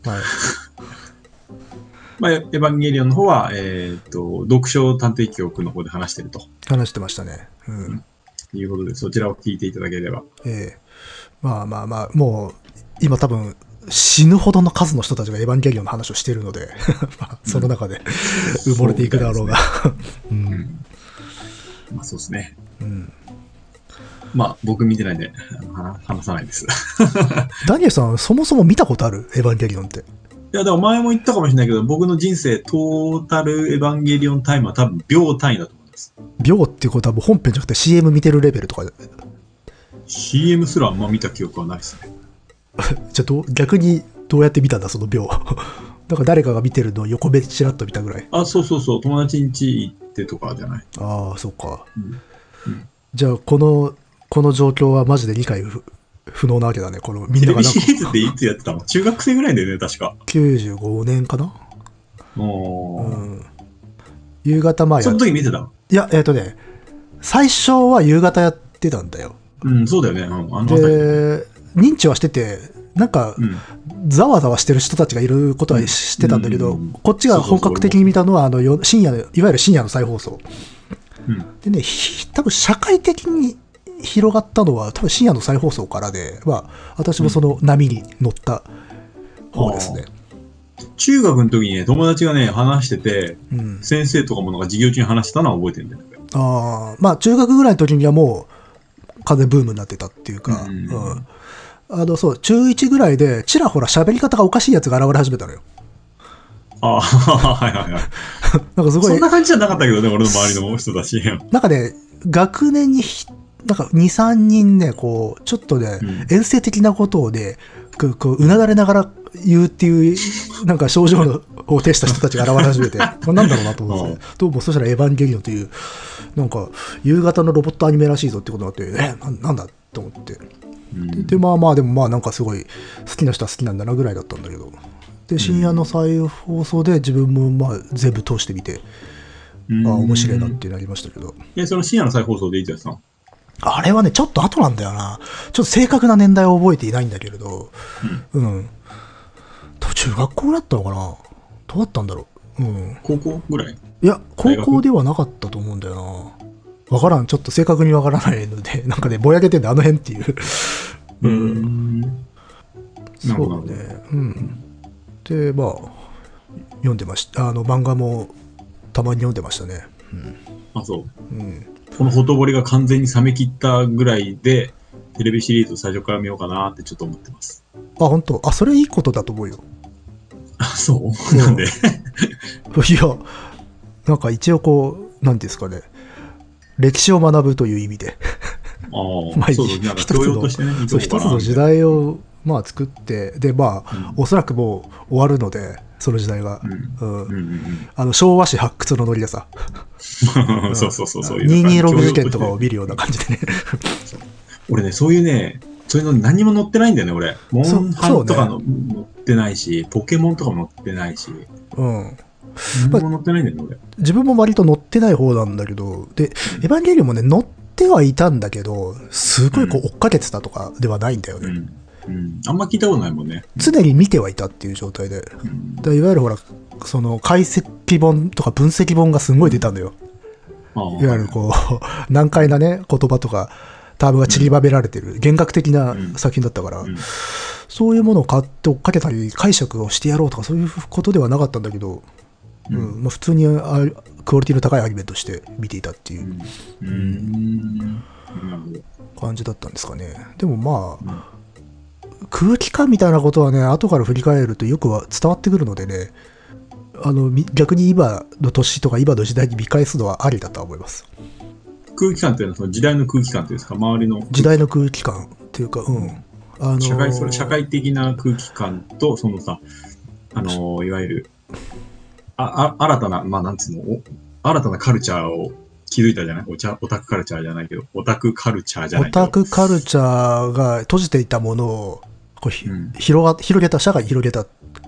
まあ、エヴァンゲリオンの方は、えっ、と、読書探偵記憶の方で話してると話してましたね。うん。 いうことで、そちらを聞いていただければ。 ええまあまあまあ、もう、今多分、死ぬほどの数の人たちがエヴァンゲリオンの話をしているので、まあ、その中で埋もれていくだろうが。ううんん。まあ、そうですね。 うんまあ、僕見てないんで、あの話話さないです。いダニエルさん、そもそも見たことあるエヴァンゲリオンって。 や、でも前も言ったかもしれないけど、僕の人生、トータルエヴァンゲリオンタイムは多分秒単位だと思います。 秒っていうことはもう本編じゃなくて シーエム 見てるレベルとかで。 シーエム すらあんま見た記憶はないですね。 じゃあどう、逆にどうやって見たんだ、その秒。だから誰かが見てるのを横目でちらっと見たぐらい。 あ、そうそうそう、友達ん家行ってとかじゃない。 ああ、そうか。 うんうんじゃあ、この、この状況はマジで理解不不能なわけだね。このみんテレビながなんかシリーズっていつやってたの？中学生ぐらいだよね、確か。 きゅうじゅうごねんかな、 おー。 うん、夕方前やその時見てたの？ いや、えっ、とね、最初は夕方やってたんだよ。 うん、そうだよね。うん、あの辺り。 で、認知はしてて、なんか、 うん。 ざわざわしてる人たちがいることは知ってたんだけど、 うんこっちが本格的に見たのは、あの、よ深夜の、いわゆる深夜の再放送。 うん。 でね、ひ多分社会的に広がったのは、多分深夜の再放送からで、まあ、私もその波に乗った方ですね。 中学の時にね、友達がね、話してて、 うん。 先生とかもなんか授業中に話してたのは覚えてるんだよね。 ああ、まあ、中学ぐらいの時にはもう、完全ブームになってたっていうか、 うんうんあの、そう、中いちぐらいで、ちらほら喋り方がおかしいやつが現れ始めたのよ。 ああ、はいはいはい。 なんかすごいそん、な感じじゃなかったけどね、俺の周りの人たち。 なんかね、学年にひ、なんかに、さんにんね、こう、ちょっとね、 うん遠征的なことをね、こう、こううなだれながら言うっていう、なんか症状のを呈した人たちが現れ始めて、これなんだろうなと思って、どうもそしたらエヴァンゲリオンという、なんか、夕方のロボットアニメらしいぞってことになって、え、ななんだと思って。 うんで、まあまあ、でもまあなんかすごい好きな人は好きなんだなぐらいだったんだけど。で、深夜の再放送で自分もまあ全部通してみて、ああ、面白いなってなりましたけど。 え、その深夜の再放送でいつやってたの？ あれはね、ちょっと後なんだよな。ちょっと正確な年代を覚えていないんだけれど、うん。多分中学校だったのかな、どうだったんだろう。うん。 高校ぐらい？ いや、高大学校ではなかったと思うんだよな。わからん。ちょっと正確にわからないので、なんかね、ぼやけてんだ、あの辺っていう。 うーん。なるそほどうね。うん。で、まあ、読んでました。あの、漫画もたまに読んでましたね。 あ、そう。 うん。うん。 このほとぼりが完全に冷め切ったぐらいで、テレビシリーズ最初から見ようかなってちょっと思ってます。 あ、本当。あ、それいいことだと思うよ。 あ、そうなんで。 いや、なんか一応こう、なんていうんですかね。歴史を学ぶという意味で。 ああ、 まあそうそう。なんか一つの教養としてね、見そうとこうかな一つの時代を、まあ、作って、で、まあ、 うんおそらくもう終わるので、その時代が。 うんうんうんうんあの昭和史発掘のノリでさ、 うん。そうそうそうそう。 にひゃくにじゅうろく事件とか教養してを見るような感じでね。 俺ね、そういうね、そういうの何も載ってないんだよね、俺。モンハンとかのそ載ってないし、ポケモンとかも載ってないし、 うん。 何も載ってないんだよね、俺。 自分も割と乗ってない方なんだけど、で、エヴァンゲリオンもね、乗ってはいたんだけど、すごいこう追っかけてたとかではないんだよね。 うん。うん。あんま聞いたことないもんね。 常に見てはいたっていう状態で。 うん。 でいわゆるほら、その解析本とか分析本がすごい出たんだよ。 ああいわゆるこう、難解なね、言葉とか、タームが散りばめられてる、幻覚的な作品だったから、 うんそういうものを買って追っかけたり、解釈をしてやろうとか、そういうことではなかったんだけど、 ううんんまあ、普通にあクオリティの高いアニメとして見ていたっていううん。うん。なるほど。 感じだったんですかね。でもまうんあ、空気感みたいなことはね、後から振り返るとよくは伝わってくるのでね、あのみ逆に今の年とか今の時代に見返すのはありだとは思います。 空気感っていうのはその時代の空気感っていうんですか、周りの時代の空気感っていうか、うん。あのー社会、それ社会的な空気感と、そのさ、あのーいわゆる、あ、あ、新たな、まあ、なんつうの、お新たなカルチャーを築いたじゃないお茶、オタクカルチャーじゃないけど、オタクカルチャーじゃないけど。 オタクカルチャーが閉じていたものをこうひ、 うん広が広げた、社会に広げた、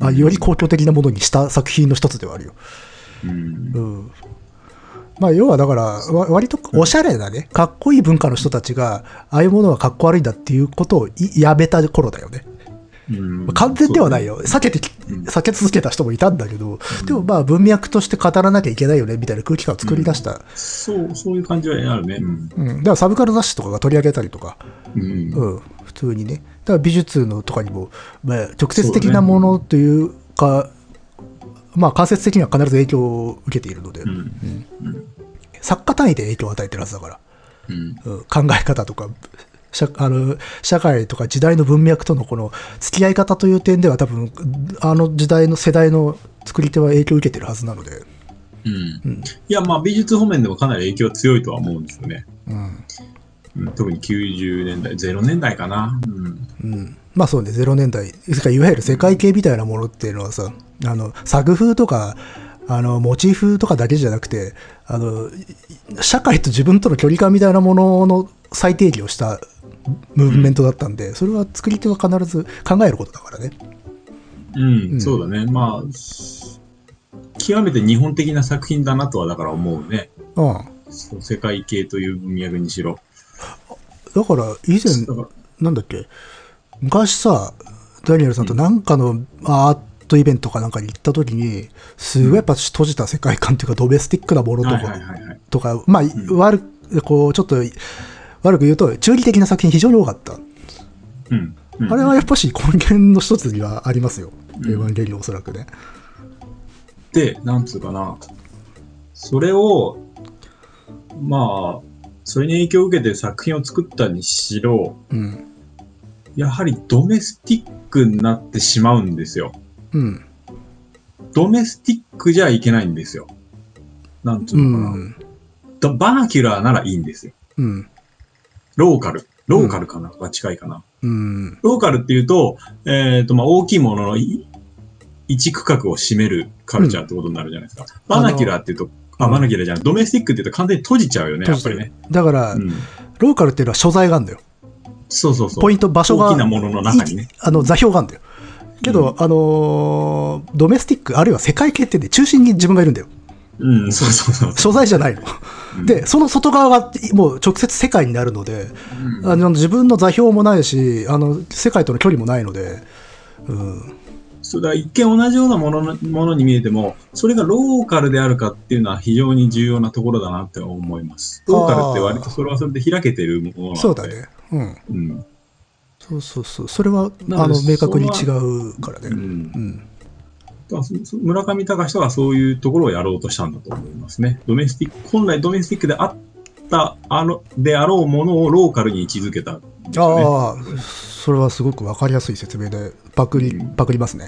あより公共的なものにした作品の一つではあるよ。 うん。 うん。まあ、要はだから、わ割とおしゃれなね、かっこいい文化の人たちが、ああいうものはかっこ悪いんだっていうことをいやめた頃だよね。 うんまあ完全ではないよ。避けてき、 うん避け続けた人もいたんだけど、 うんでもまあ文脈として語らなきゃいけないよね、みたいな空気感を作り出した。 そう、そういう感じはあるね。うん。 うん。だからサブカル雑誌とかが取り上げたりとか、 うん。 うん、普通にね。だから美術のとかにも、まあ、直接的なものというか、まあ間接的には必ず影響を受けているので、 うん。 うんうん。 作家単位で影響を与えてるはずだから、 うん。 うん、考え方とか社あの社会とか時代の文脈とのこの付き合い方という点では多分あの時代の世代の作り手は影響を受けてるはずなので、 うんうんいや、まあ美術方面でもかなり影響は強いとは思うんですよね。 うんうん、特にきゅうじゅうねんだい、ゼロねんだいかな。うん。 うん、まあそうね、ゼロねんだい、それからいわゆる世界系みたいなものっていうのはさ、あの作風とかあのモチーフとかだけじゃなくて、あの社会と自分との距離感みたいなものの再定義をしたムーブメントだったんで、それは作り手は必ず考えることだからね。 うん、 うんそうだね。まあ、極めて日本的な作品だなとはだから思うね。 うんそう世界系という文脈にしろ。 だから以前だからなんだっけ、昔さダニエルさんとなんかのアートイベントかなんかに行った時にすごいやっぱ閉じた世界観っていうかドメスティックなものとか、 はいはいはいはい。 とかまあ、 ん悪くこうちょっと悪く言うと中立的な作品非常に多かった、 うん。うんあれはやっぱし根源の一つにはありますよ、 うんエヴァンゲリオンおそらくね。 で、なんつうかな。それを、まあ、それに影響を受けて作品を作ったにしろ、 うんやはりドメスティックになってしまうんですよ。 うんドメスティックじゃいけないんですよ。なんつううのかな。 んだバーキュラーならいいんですよ。 うんローカル。ローカルかな、が近いかな。 うんローカルっていうと、えっ、と、まあ、大きいもののい一区画を占めるカルチャーってことになるじゃないですか。バーナキュラーっていうと、あ、 うんバーナキュラーじゃない、ドメスティックっていうと完全に閉じちゃうよね、やっぱりね。 だから、 うん。 ローカルっていうのは所在があるんだよ。 そうそうそう。 ポイント場所が大きなものの中にね。 あの座標があるんだよ。けど、あのードメスティックあるいは世界系ってね、中心に自分がいるんだよ。 うん、そうそうそう。 所在じゃないの。 うんで、その外側がもう直接世界になるので、 うんあの自分の座標もないし、あの世界との距離もないので、うん、 それは一見同じようなもののものに見えても、それがローカルであるかっていうのは非常に重要なところだなって思います。ローカルって割とそれはそれで開けてるものなので。 そうだね。うん。 うん。 そうそうそう。それは、 なのであの、明確に違うからね。 うんうん。 だからそそ村上隆とはそういうところをやろうとしたんだと思いますね。ドメスティック、本来ドメスティックであったあのであろうものをローカルに位置づけたんですよね。 ああ、それはすごくわかりやすい説明で、パクリ、 うんパクりますね。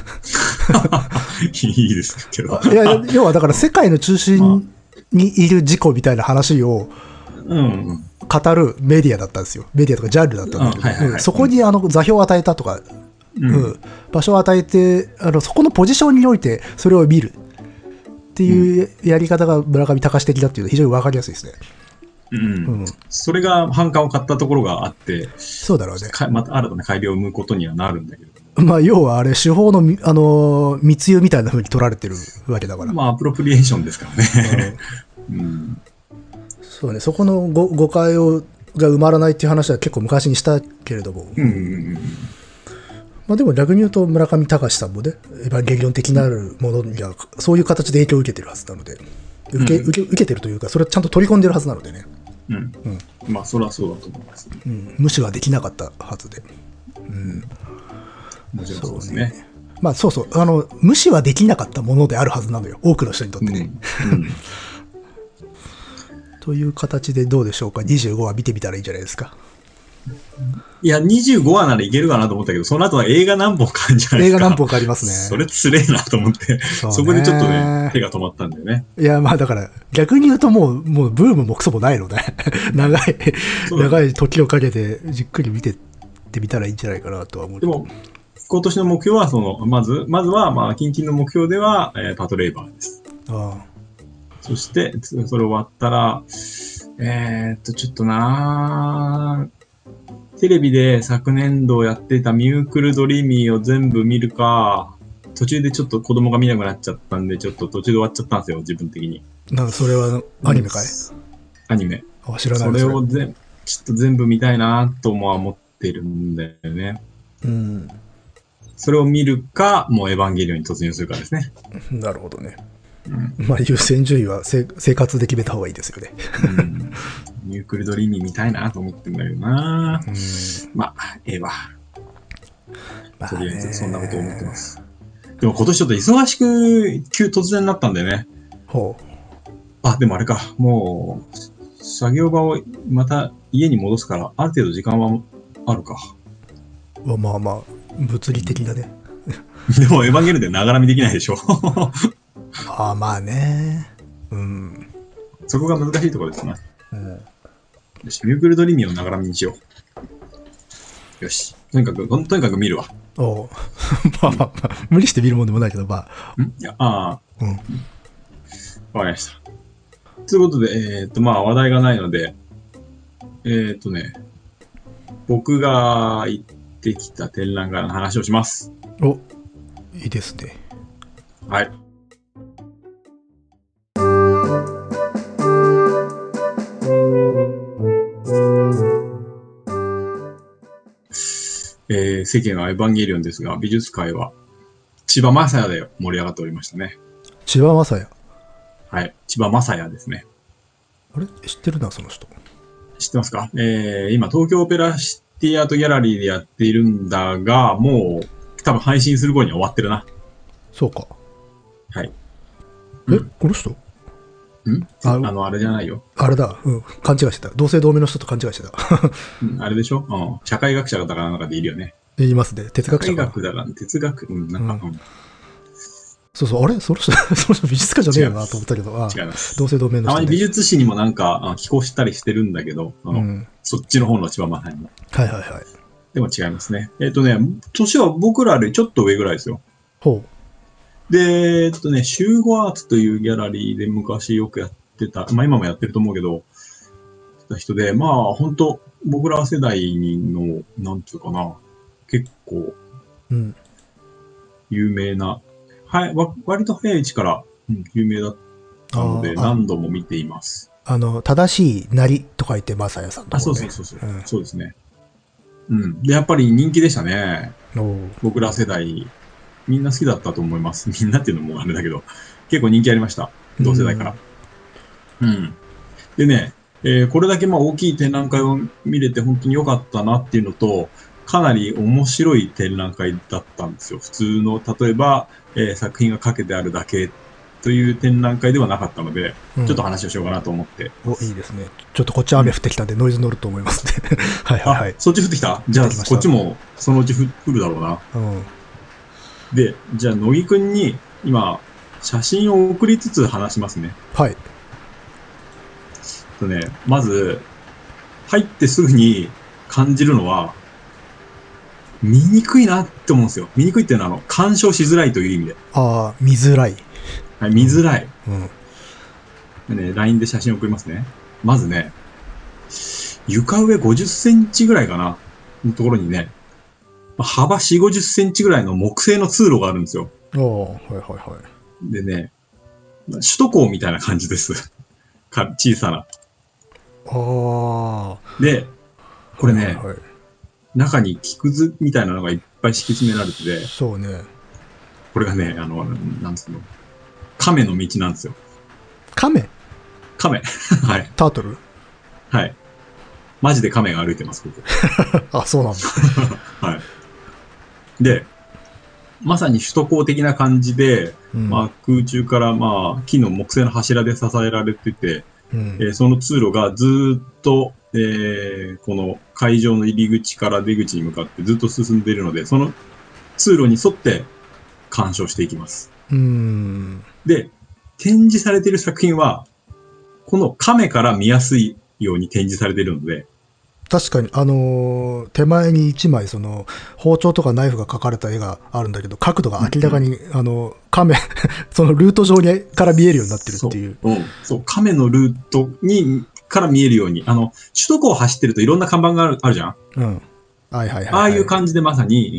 いいですけど。 いや、要はだから世界の中心にいる事故みたいな話をうん。 語るメディアだったんですよ。メディアとかジャンルだったんだけど、 うんはいはいはいうんそこにあの座標を与えたとか、 うん。 うん場所を与えてあの、そこのポジションにおいてそれを見るっていうやり方が村上隆的だっていうのは非常にわかりやすいですね。 うんうん、 それが反感を買ったところがあって、 そうだろうね。 かまた新たな改良を生むことにはなるんだけれどまあ、要はあれ、手法のみ、あのー密輸みたいな風に取られてるわけだから。 も。まあ、アプロプリエーションですからね。うん。 そうね、そこのご誤解をが埋まらないっていう話は結構昔にしたけれども、 うんうんうん。 まあでも逆に言うと村上隆さんもね、エヴァンゲリオン的なるものにはそういう形で影響を受けてるはずなので、受け、 うん受け受けてるというか、それをちゃんと取り込んでるはずなのでね、 うん。まあ、それはそうだと思います。 うん、無視はできなかったはずで。うん、 もちろんそうですね。 まあそうそう、あの、無視はできなかったものであるはずなのよ、多くの人にとってね。 うんという形でどうでしょうか、にじゅうごわ見てみたらいいんじゃないですか。 いや、にじゅうごわならいけるかなと思ったけど、その後は映画何本かあるんじゃないですか。 映画何本かありますね。 それつれえなと思って、 そうねそこでちょっとね、手が止まったんだよね。 いや、まあだから、逆に言うともう、もうブームもクソもないので、長い、 そうだね長い時をかけてじっくり見てってみたらいいんじゃないかなとは思う。 でも、今年の目標は、その、まず、まずは、まあ、近々の目標では、えーパトレイバーです。 あそして、つそれ終わったら、えー、っと、ちょっとなーテレビで昨年度やってたミュークルドリーミーを全部見るか、 途中でちょっと子供が見なくなっちゃったんで、ちょっと途中で終わっちゃったんですよ、自分的に。 なんかそれはアニメかい？ アニメ。 あ、知らないそですれをぜちょっと全部見たいなとも思ってるんだよね。 うん。 それを見るか、もうエヴァンゲリオンに突入するかですね。 なるほどね。 うん、 まあ優先順位はせ生活で決めた方がいいですよね。 うん、ニュークルドリーミー見たいなと思ってんだけどな。 うん、 まあ、ええわ。 まあ、 とりあえずそんなこと思ってます。でも今年ちょっと忙しく、急突然になったんでね。 ほう。 あ、でもあれか、もう、作業場をまた家に戻すから、ある程度時間はあるか。 まあまあ、物理的だね。 でもエヴァンゲリオンでながら見できないでしょ。 ああ、まあね。うん。 そこが難しいところですね。 うん、 よし、ミュークルドリーミーをながら見にしよう。よし。とにかく、とにかく見るわ。 おうまあまあ、まあ、無理して見るもんでもないけど、まあ。んいや、ああ。 うん。 わかりました。ということで、えっと、まあ、話題がないので、えっとね、僕が行ってきた展覧会の話をします。 お、いいですね。 はい。えー、世間はエヴァンゲリオンですが、美術界は千葉雅也で盛り上がっておりましたね。 千葉雅也。 はい、千葉雅也ですね。 あれ知ってるな、その人。 知ってますか？えー、今、東京オペラシティアートギャラリーでやっているんだが、もう、多分配信する頃には終わってるな。 そうか。 はい。 え、うん、この人？ んあ, あの、あれじゃないよ。 あれだ、うん、勘違いしてた。同姓同名の人と勘違いしてた。 うん、あれでしょ、うん、社会学者だからなんかでいるよね。 言いますね。哲学者か。 社会学だから、哲学、うん、なんか、うん。うん、 そうそう、あれその人、その人美術家じゃねえよなと思ったけど、あ違います。 同姓同名の人、ね。 たまに美術史にもなんか、寄稿したりしてるんだけど、あの、うん、そっちの方の千葉雅也も。 はいはいはい。 でも違いますね。えっ、ー、とね、年は僕らよりちょっと上ぐらいですよ。 ほう。で、えっ、ー、とね、集合アーツというギャラリーで昔よくやってた、まあ今もやってると思うけど、た人で、まあ本当僕ら世代の、なんつうかな、結構、有名な、うん、はい、わ割と早いうちから、うん、有名だったので、何度も見ています。 あの、正しいなりと書いて、まさやさんと、ね。 あ、そうそうそうそう、うん。そうですね。うん。で、やっぱり人気でしたね。僕ら世代、みんな好きだったと思います。みんなっていうのもあれだけど、結構人気ありました。同世代から。うん。うん、でね、えー、これだけまあ大きい展覧会を見れて本当に良かったなっていうのと、かなり面白い展覧会だったんですよ。普通の、例えば、えー、作品がかけてあるだけという展覧会ではなかったので、うん、ちょっと話をしようかなと思って。 お、いいですね。ちょっとこっち雨降ってきたんでノイズ乗ると思いますね。はいはいはい。 そっち降ってきた？じゃあこっちもそのうち降るだろうな。うん、で、じゃあ乃木くんに今、写真を送りつつ話しますね。 はい。 とね、まず、入ってすぐに感じるのは、見にくいなって思うんですよ。見にくいっていうのは、あの、鑑賞しづらいという意味で。 ああ、見づらい。 はい、見づらい。 うん。 でね、ライン で写真送りますね。まずね、床上ごじゅっセンチぐらいかな、のところにね、幅よんじゅう、ごじゅっセンチぐらいの木製の通路があるんですよ。 ああ、はいはいはい。 でね、首都高みたいな感じです。か小さな。 ああ。 で、これね、はいはい、中に木くずみたいなのがいっぱい敷き詰められてて、 そうね。 これがね、あの、なんつうの、亀の道なんですよ。 亀？ 亀。はい。 タートル？ はい。マジで亀が歩いてます、ここ。あ、そうなんだ。 はい。で、まさに首都高的な感じで、うん、まあ空中からまあ木の木製の柱で支えられてて、うんえー、その通路がずっと、えー、この会場の入り口から出口に向かってずっと進んでいるので、その通路に沿って鑑賞していきます。 うーんで、展示されている作品は、この亀から見やすいように展示されているので、 確かに、あのー、手前に一枚、その、包丁とかナイフが描かれた絵があるんだけど、角度が明らかに、うん、あの、亀、そのルート上にから見えるようになってるっていう。 そう、うん、そう、亀のルートに、から見えるように、あの、首都高を走ってるといろんな看板がある、あるじゃん。 うん。はいはいはい、はい。 ああいう感じでまさに、えー、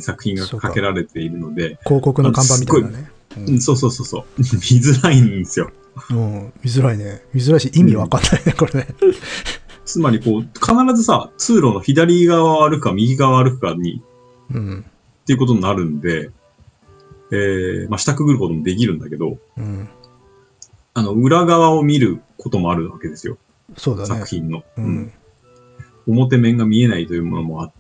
作品がかけられているので、 広告の看板みたいなね。 うん、そうそうそうそう。見づらいんですよ。 うん、見づらいね。見づらいし、意味わかんないね、うん、これね。 つまりこう、必ずさ、通路の左側を歩くか右側を歩くかに、うん、っていうことになるんで、えー、まあ、下くぐることもできるんだけど、うん、あの、裏側を見ることもあるわけですよ。 そうだね。 作品の。うん。表面が見えないというものもあって、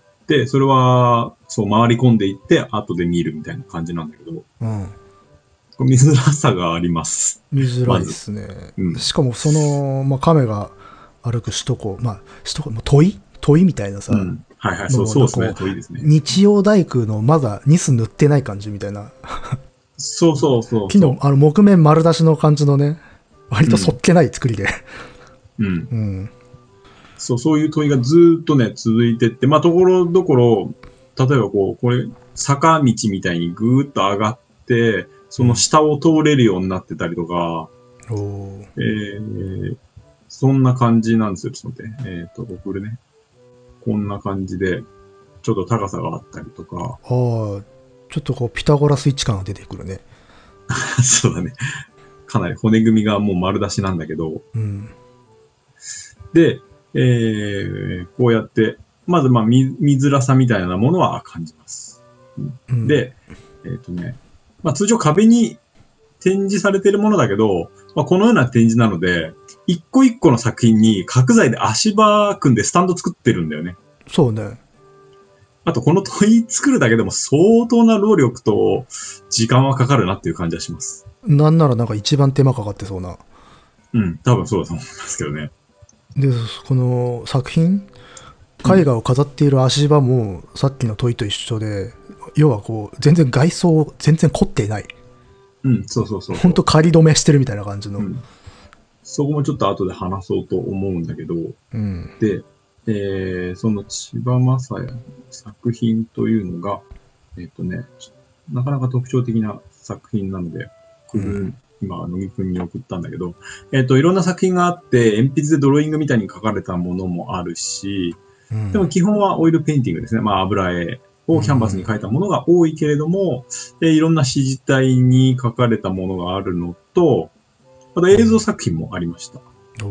それは、そう、回り込んでいって、後で見るみたいな感じなんだけど、うん。見づらさがあります。 見づらいですね。うん、しかも、その、まあ、亀が歩く首都高、まあ、首都高、もう問い問いみたいなさ、うん、 はいはい、そうそうですね、問いですね。 日曜大工のまだニス塗ってない感じみたいな。 そうそうそうそう。 木の、あの、木面丸出しの感じのね、割とそっけない作りで。 うん。うん。うん、そう、そういう問いがずっとね、続いてって、まあ、ところどころ、例えばこう、これ、坂道みたいにぐーっと上がって、その下を通れるようになってたりとか、うん、えー、そんな感じなんですよ。ちょっと待って。えっと、僕ね、こんな感じで、ちょっと高さがあったりとか。 ああ、ちょっとこう、ピタゴラスイッチ感が出てくるね。 そうだね。かなり骨組みがもう丸出しなんだけど。うん、で、えー、こうやって、まずまあ見、見づらさみたいなものは感じます。うん、で、えっ、ー、とね、まあ通常壁に展示されているものだけど、まあ、このような展示なので、一個一個の作品に角材で足場組んでスタンド作ってるんだよね。 そうね。 あとこの問い作るだけでも相当な労力と時間はかかるなっていう感じはします。 なんならなんか一番手間かかってそうな。 うん、多分そうだと思いますけどね。 で、この作品、絵画を飾っている足場もさっきの問いと一緒で、要はこう、全然外装全然凝っていない。 うん、そうそうそう。 ほんと仮止めしてるみたいな感じの。うん、 そこもちょっと後で話そうと思うんだけど、うん、で、えー、その千葉雅也の作品というのが、えっ、ー、とね、なかなか特徴的な作品なので、うん、今、野木くんに送ったんだけど、えっ、ー、と、いろんな作品があって、鉛筆でドローイングみたいに描かれたものもあるし、うん、でも基本はオイルペインティングですね。まあ、油絵をキャンバスに描いたものが多いけれども、うん、いろんな詩自体に描かれたものがあるのと、また映像作品もありました。うん、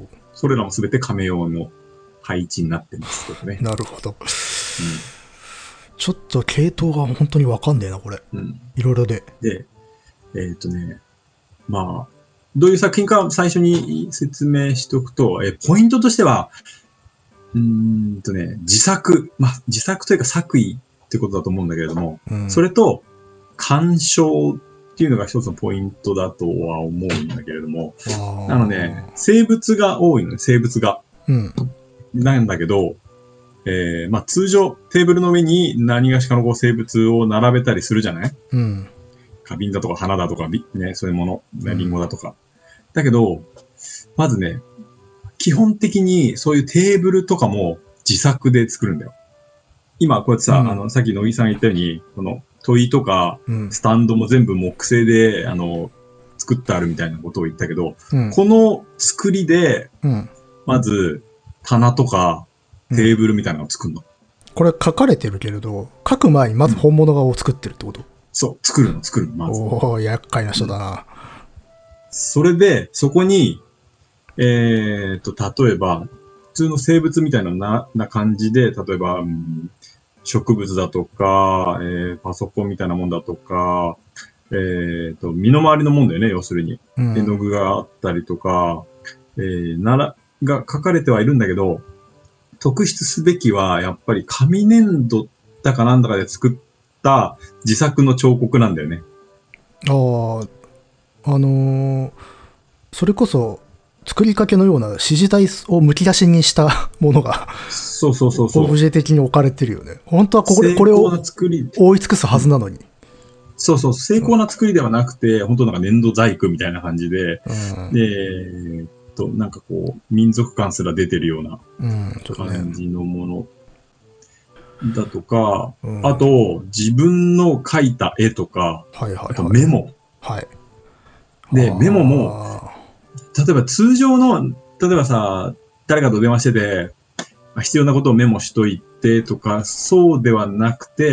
それらもすべて亀用の配置になってますけどね。 なるほど。うん、ちょっと系統が本当にわかんねえな、これ。うん、いろいろで。 で、えっ、ー、とね、まあ、どういう作品か最初に説明しておくと、えポイントとしては、うーんとね、自作、まあ、自作というか作為ってことだと思うんだけれども、うん、それと、鑑賞っていうのが一つのポイントだとは思うんだけれども、なので、生物が多いのね、生物が。うん、なんだけど、えー、まあ通常、テーブルの上に何がしかのこう生物を並べたりするじゃない、うん、花瓶だとか花だとか、ね、そういうもの、リンゴだとか。うん、だけど、まずね、基本的にそういうテーブルとかも自作で作るんだよ。今こうやってさ、うん、あの、さっき野木さんが言ったように、この問いとか、スタンドも全部木製で、あの、作ってあるみたいなことを言ったけど、うん、この作りで、うん、まず、棚とかテーブルみたいなのを作るの、うん。 これ書かれてるけれど、書く前にまず本物を作ってるってこと、うん、 そう、作るの、作るの、まず。 おー、厄介な人だな。うん、 それで、そこに、えー、と、例えば、普通の生物みたいななな感じで、例えば、うん、植物だとか、えー、パソコンみたいなもんだとか、えー、と、身の回りのもんだよね、要するに。うん、絵の具があったりとか、えー、なら、が書かれてはいるんだけど、特筆すべきは、やっぱり紙粘土だかなんだかで作った自作の彫刻なんだよね。 ああ、あのー、それこそ、作りかけのような指示体をむき出しにしたものが、 そうそうそうそう。 オブジェ的に置かれてるよね。本当はこれ、これを覆い尽くすはずなのに。 そうそう、精巧な作りではなくて、うん、本当なんか粘土細工みたいな感じで、うん、で、えー、っと、なんかこう、民族感すら出てるような感じのものだとか、うん、あと、自分の描いた絵とか、はいはいはい、あとメモ。はい。で、メモも、例えば通常の、例えばさ、誰かと電話してて、必要なことをメモしといてとか、そうではなくて、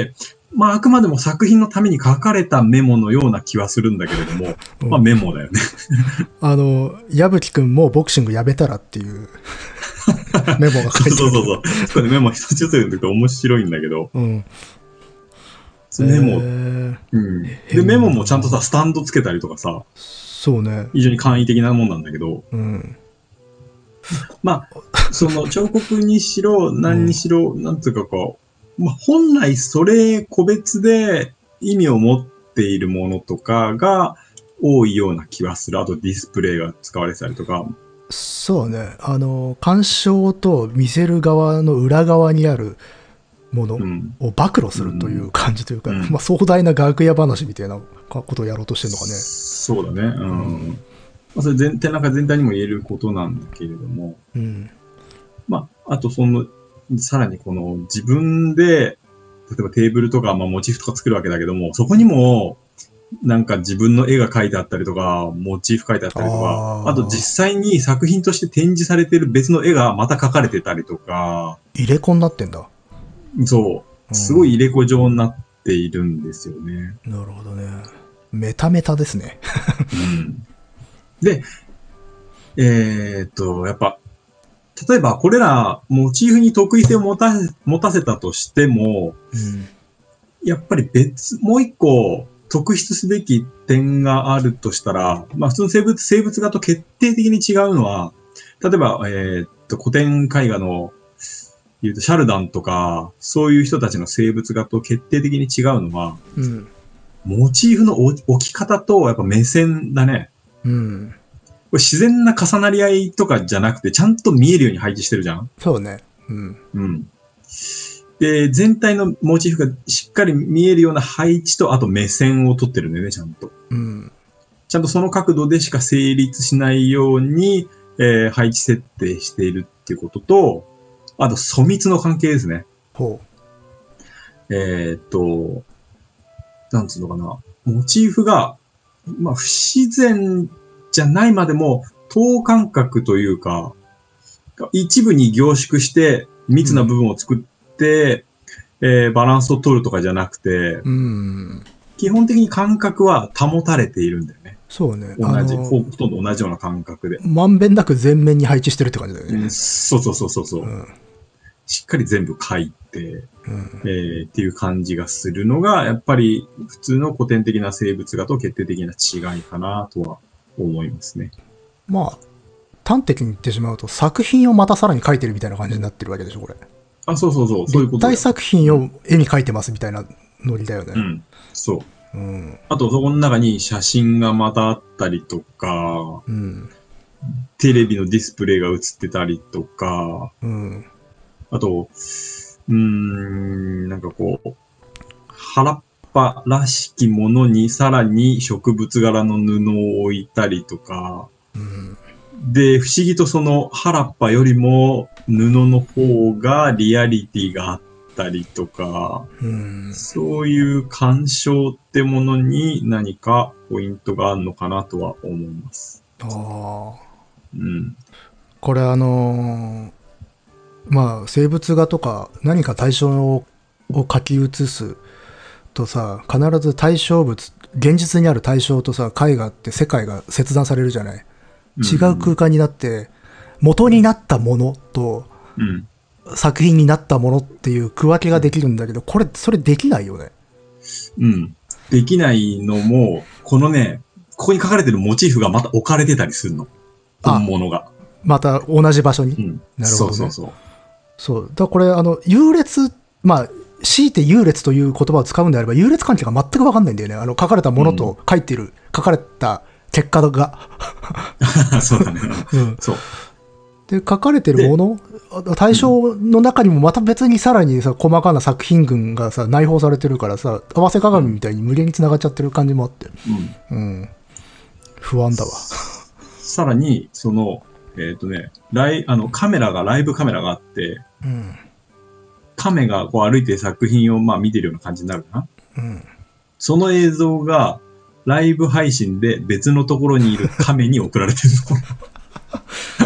まあ、あくまでも作品のために書かれたメモのような気はするんだけれども、 うんまあメモだよね。 あの、矢吹くんもうボクシングやめたらっていうメモが書いてある。 そうそうそうそう。そこでメモ一つ一つ読んでくと面白いんだけど、 うん。 メモ、 えーうん。で、メモもちゃんとさ、スタンドつけたりとかさ、 そうね。 非常に簡易的なもんなんだけど、 うん。 まあ、その彫刻にしろ、何にしろ、なんつうかこう、まあ、本来それ個別で意味を持っているものとかが多いような気はする。あとディスプレイが使われてたりとか。 そうね。あの、鑑賞と見せる側の裏側にあるものうん。 を暴露するという感じというか、 うんまあ壮大な楽屋話みたいなことをやろうとしてるのかね。 そうだね。うん。まあ、それ全体、なんか全体にも言えることなんだけれども。 うん。 まあ、あとその、さらにこの自分で、例えばテーブルとか、まあ、モチーフとか作るわけだけども、そこにも、なんか自分の絵が描いてあったりとか、モチーフ描いてあったりとか、 あーあと実際に作品として展示されている別の絵がまた描かれてたりとか、 入れ子になってんだ。 そう、すごい入れ子状になっているんですよね。 なるほどね。メタメタですね。 うん、で、えーっと、やっぱ、例えばこれらモチーフに特異性を持たせ持たせたとしても、 うん。 やっぱり別、もう一個特筆すべき点があるとしたら、まあ普通の生物、生物画と決定的に違うのは、例えば、えーっと、古典絵画の、言うとシャルダンとか、そういう人たちの生物画と決定的に違うのは、 うん。 モチーフの置置き方とやっぱ目線だね。 うん。 これ自然な重なり合いとかじゃなくて、ちゃんと見えるように配置してるじゃん。 そうね。うん。 うん。で、全体のモチーフがしっかり見えるような配置と、あと目線を取ってるんだよね、ちゃんと。 うん。 ちゃんとその角度でしか成立しないように、えー配置設定しているっていうことと、あと、粗密の関係ですね。 ほえーっと、なんつうのかな。モチーフが、まあ、不自然じゃないまでも、等間隔というか、一部に凝縮して密な部分を作って、えーバランスを取るとかじゃなくて、 う。うん。 基本的に感覚は保たれているんだよね。 そうね。 同じ、 あのほとんど同じような感覚で。 まんべんなく全面に配置してるって感じだよね。 うん、そうそうそうそうそう、 うん。 しっかり全部書いて、 うん。 えーっていう感じがするのが、やっぱり普通の古典的な生物画と決定的な違いかなとは思いますね。 まあ、端的に言ってしまうと、作品をまたさらに描いてるみたいな感じになってるわけでしょ、これ。 あ、そうそうそう、そういうことだよ立体作品を絵に描いてますみたいなノリだよね。 うん、そう。 うん。 あと、そこの中に写真がまたあったりとか、 うん。 テレビのディスプレイが映ってたりとか、 うん。 あと、うーん、なんかこう、原っぱらしきものにさらに植物柄の布を置いたりとか、 うん。 で、不思議とその原っぱよりも布の方がリアリティがあったりとか、 うん。 そういう鑑賞ってものに何かポイントがあるのかなとは思います。 ああ。 うん。 これあのーまあ、生物画とか何か対象を描き写すとさ、必ず対象物、現実にある対象とさ、絵画って世界が切断されるじゃない。違う空間になって、元になったものとうん。 作品になったものっていう区分けができるんだけど、これ、それできないよね。 うん。できないのも、このね、ここに書かれてるモチーフがまた置かれてたりするの。 あ本物が。 また同じ場所に。 うん。 なるほどねそうそうそう。 そう。だからこれ、あの、優劣、まあ、強いて優劣という言葉を使うんであれば、優劣関係が全く分かんないんだよね。あの、書かれたものと書いてる、書かれた結果が。 そうだね。 うん。 そう。 で、書かれてるもの、対象の中にもまた別にさらにさ、細かな作品群がさ、内包されてるからさ、合わせ鏡みたいに無理に繋がっちゃってる感じもあって。 うん。 うん。不安だわ。 さらに、その、えっ、とね、ライ、あの、カメラが、ライブカメラがあって、 うん。 カメがこう歩いて作品をまあ見てるような感じになるかな。 うん。 その映像が、ライブ配信で別のところにいるカメに送られてるの。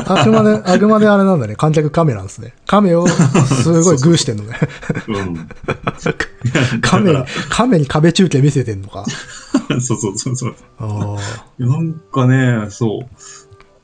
あくまで、あくまであれなんだね。観客亀なんですね。亀をすごいグーしてんのね。 うん。 亀にだか、 亀に壁中継見せてんのか。 らそうそうそうそう。 あなんかね、そう、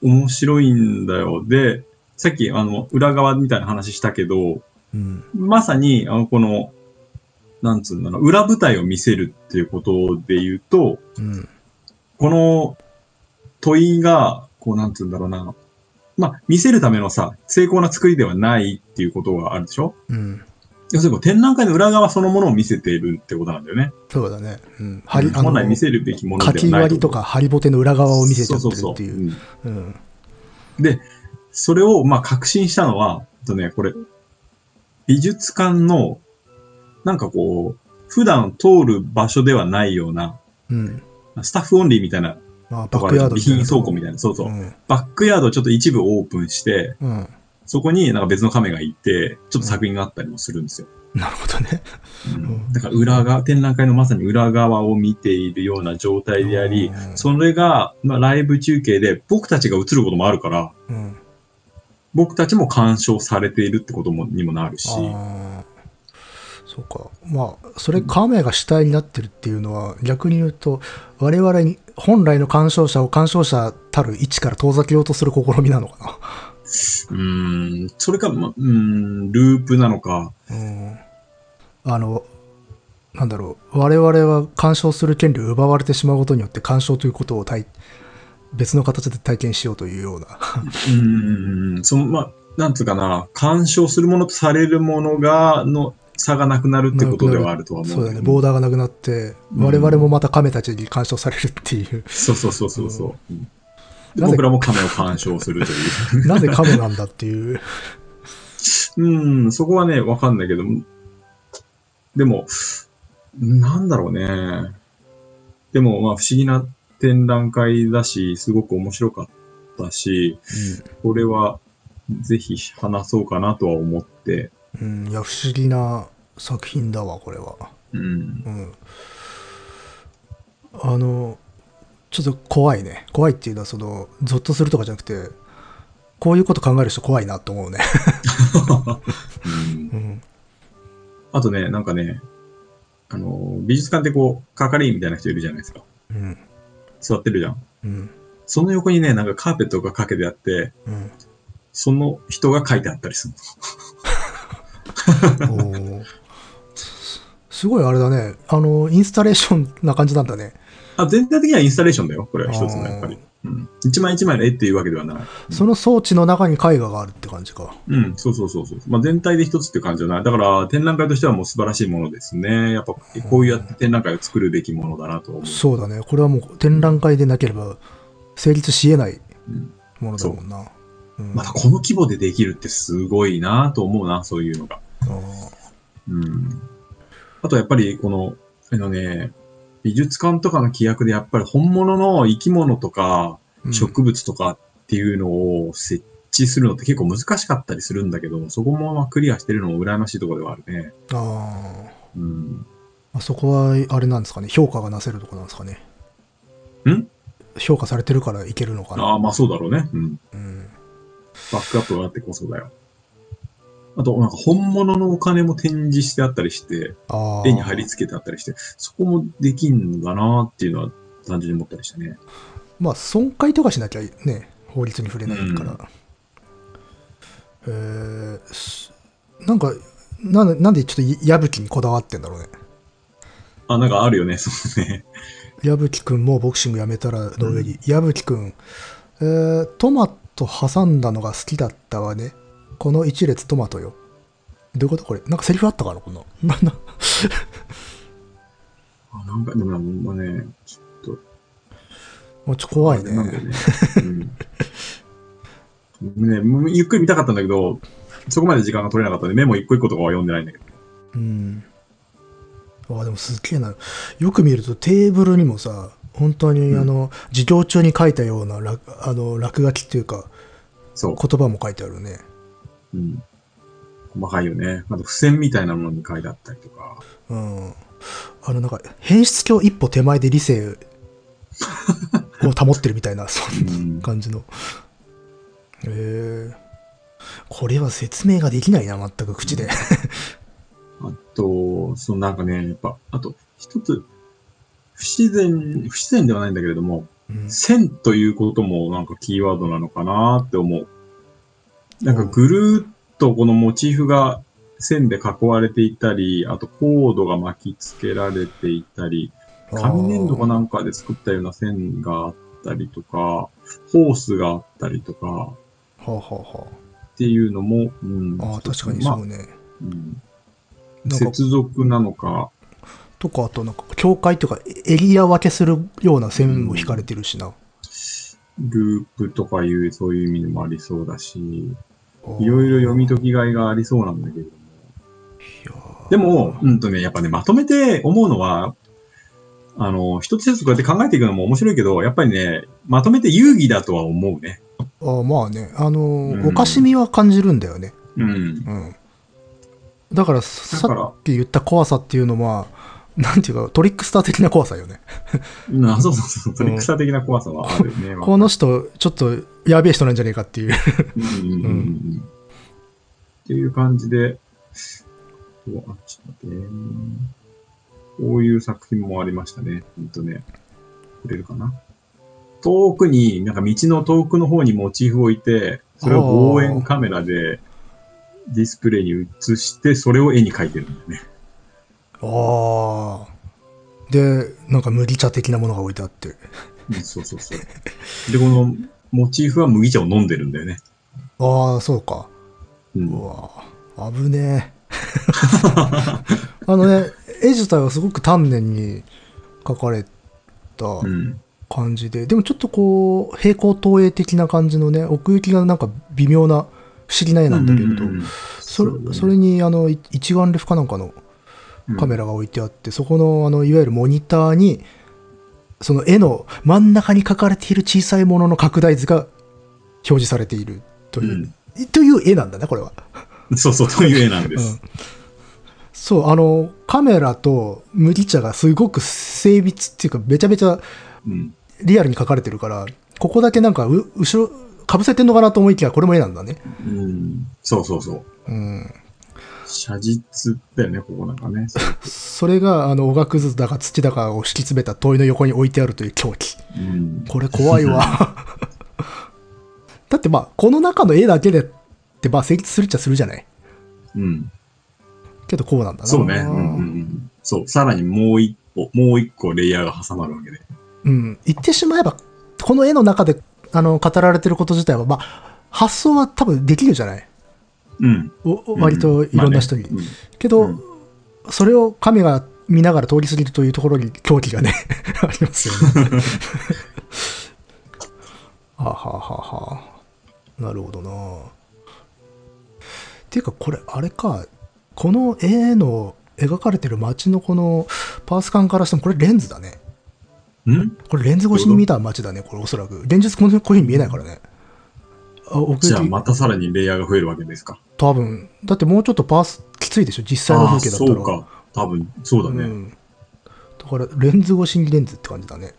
面白いんだよ。で、さっき、あの、裏側みたいな話したけど、 ーうん。 まさに、あの、この、なんつうんだろう、裏舞台を見せるっていうことで言うと、 うん。 この問いが、こう、なんつうんだろうな、まあ、見せるためのさ、精巧な作りではないっていうことがあるでしょ。 うん。 要するにこう展覧会の裏側そのものを見せているってことなんだよね。 そうだね。うん。はり、 うんあの、 本来見せるべきもの書ではないき割りとかハリボテの裏側を見せちゃってるそうそうそうっていう。 うんうん。 で、それを、まあ、確信したのは、えっとね、これ、美術館の、なんかこう、普段通る場所ではないような、 うん。 スタッフオンリーみたいなまあ、 ところバックヤード備品倉庫みたいな、そうそう。 うん。 バックヤードをちょっと一部オープンして、 うん。 そこになんか別のカメがいて、ちょっと作品があったりもするんですよ。 なるほどね。 うん、だから裏側、展覧会のまさに裏側を見ているような状態でありう、んそれが、まあ、ライブ中継で僕たちが映ることもあるから、 うん。 僕たちも鑑賞されているってこともにもなるし、 ああ。そうか。まあ、それ、亀が主体になってるっていうのは、逆に言うと、我々に、本来の鑑賞者を鑑賞者たる位置から遠ざけようとする試みなのかな。 うーん、それか、ま、うーん、ループなのか、 うん。あの、なんだろう。我々は鑑賞する権利を奪われてしまうことによって、鑑賞ということを体別の形で体験しようというような。 うーん、その、ま、なんつうかな、鑑賞するものとされるものが、の差がなくなるってことではあるとは思う。 そうだね。ボーダーがなくなって、 うん我々もまた亀たちに鑑賞されるっていう。 そうそうそうそうそう。うんでなぜ僕らも亀を鑑賞するという。 なぜ亀なんだっていう。 うん、そこはね、わかんないけど、でも、なんだろうね。でも、まあ、不思議な展覧会だし、すごく面白かったし、これは、ぜひ話そうかなとは思って、 うん。うん。いや、不思議な作品だわ、これは。 うん。 うん。あの、ちょっと怖いね。怖いっていうのは、その、ゾッとするとかじゃなくて、こういうこと考える人怖いなと思うね。 うんうん。 あとね、なんかね、あの、美術館ってこう、係員みたいな人いるじゃないですか。 うん。 座ってるじゃん。 うん。 その横にね、なんかカーペットがかけてあって、 うん。 その人が書いてあったりするの。 おーすごいあれだね。あの、インスタレーションな感じなんだね。 あ、全体的にはインスタレーションだよ。これは一つのあーやっぱり。うん。一枚一枚の絵っていうわけではない。 その装置の中に絵画があるって感じか。 うん、そうそうそうそう。まあ、全体で一つって感じじゃない。だから、展覧会としてはもう素晴らしいものですね。やっぱ、こうやって展覧会を作るべきものだなと思う。 そうだね。これはもう展覧会でなければ成立し得ないうんものだもんな。うんまたこの規模でできるってすごいなと思うな、そういうのが。 あーうん。あとやっぱり、この、あのね、美術館とかの規約でやっぱり本物の生き物とかうん植物とかっていうのを設置するのって結構難しかったりするんだけど、そこもまあクリアしてるのも羨ましいところではあるね。 あー。 うん。 あそこはあれなんですかね。評価がなせるとこなんですかね。 ん評価されてるからいけるのかな。 ああ、まあそうだろうね。うん。 うん。 バックアップがあってこそだよ。あと、なんか本物のお金も展示してあったりして、 ああ。 絵に貼り付けてあったりして、そこもできんのだなっていうのは単純に思ったりしたね。 まあ、損壊とかしなきゃね、法律に触れないから。 うんえーすなんか、なんで、なんでちょっと矢吹にこだわってんだろうね。 あ、なんかあるよね、そうね。 矢吹くんもボクシングやめたらの上に、矢吹くん、えー、トマト挟んだのが好きだったわね。この一列トマトよ。どういうことこれなんかセリフあったかなこんな。なんだあなんか、でも、もうね、ちょっと。 もうちょっと怖いね。 なんだよね。うん。ね、もうゆっくり見たかったんだけど、そこまで時間が取れなかったんで、メモ一個一個とかは読んでないんだけど。 うん。あ、でもすっげえな。よく見るとテーブルにもさ、本当にあの、授業中に書いたような落あの落書きっていうか、 そう。 言葉も書いてあるね。 うん。細かいよね。あと、付箋みたいなものに書いてあったりとか。 うん。あのなんか、変質鏡一歩手前で理性を保ってるみたいな、そんな感じの。 へえ。これは説明ができないな、全く口で。 あと、そのなんかね、やっぱ、あと、一つ、不自然、不自然ではないんだけれども、 うん、 線ということもなんかキーワードなのかなって思う。なんかぐるーっとこのモチーフが線で囲われていたり、あとコードが巻き付けられていたり、紙粘土かなんかで作ったような線があったりとか、ホースがあったりとか、 はあはあはっていうのも、うん。 あ。ああ、確かにそうね。 まあうん、 なんか接続なのか、 とか、あとなんか、境界というか、エリア分けするような線も引かれてるしな。 ループとかいう、そういう意味もありそうだし、 いいろいろ読み解きがいがありそうなんだけれども。でも、うんとね、やっぱね、まとめて思うのは、あの、一つ一つこうやって考えていくのも面白いけど、やっぱりね、まとめて遊戯だとは思うね。 ああ、まあね、あのーうんおかしみは感じるんだよね。 うん。 うん。だから、さだからっき言った怖さっていうのは、なんていうか、トリックスター的な怖さよね。 なそうそうそう、トリックスター的な怖さはあるね。 この人、ちょっとやべえ人なんじゃねえかっていう。 うんうんうんうん。っていう感じで、そうあ、ちょっと待ってね。こういう作品もありましたね。ほんとね。触れるかな。遠くに、なんか道の遠くの方にモチーフを置いて、それを望遠カメラでディスプレイに映して、それを絵に描いてるんだよね。 ああ。で、なんか麦茶的なものが置いてあって。 うん、そうそうそう。で、このモチーフは麦茶を飲んでるんだよね。 ああ、そうか。 う。 うんわあ、危ねえ。あのね、絵自体はすごく丹念に描かれたうん。 感じで、でもちょっとこう、平行投影的な感じのね、奥行きがなんか微妙な、不思議な絵なんだけれど、 うんうんうんそれそうだねそれにあのい一眼レフかなんかのカメラが置いてあって、そこのあのいわゆるモニターにその絵の真ん中に描かれている小さいものの拡大図が表示されているという、という絵なんだねこれは。 うん。そうそう、という絵なんでうんす。 そうあのカメラと麦茶がすごく精密っていうかめちゃめちゃうん。 リアルに描かれてるから、ここだけなんかう後ろかぶせてんのかなと思いきやこれも絵なんだね。 うん。そうそうそう。 うん、 写実だよね、ここなんかね。 それがあのおがくずだか土だかを敷き詰めた問いの横に置いてあるという狂気。 うん。 これ怖いわ。だってまあこの中の絵だけでってまあ成立するっちゃするじゃない。 うん。 けどこうなんだな。 そうね。うんうんうん。そう。さらにもう一個、もう一個レイヤーが挟まるわけで。 うん。言ってしまえばこの絵の中であの語られてること自体はまあ発想は多分できるじゃない。 うん。 お割といろんな人に。 まあねけど、 うんそれを神が見ながら通り過ぎるというところに狂気がねありますよね。はあ、はあはあはあ、なるほどな。っていうかこれあれか、この絵の描かれてる街のこのパースカンからしてもこれレンズだね。 うんこれレンズ越しに見た街だね、これおそらく。現実このこういうふうに見えないからね。あ奥じゃあ行きまたさらにレイヤーが増えるわけですか。 多分。だってもうちょっとパースきついでしょ、実際のああ、 風景だったら。 そうか。多分、そうだね。 うん。だからレンズ越しにレンズって感じだね。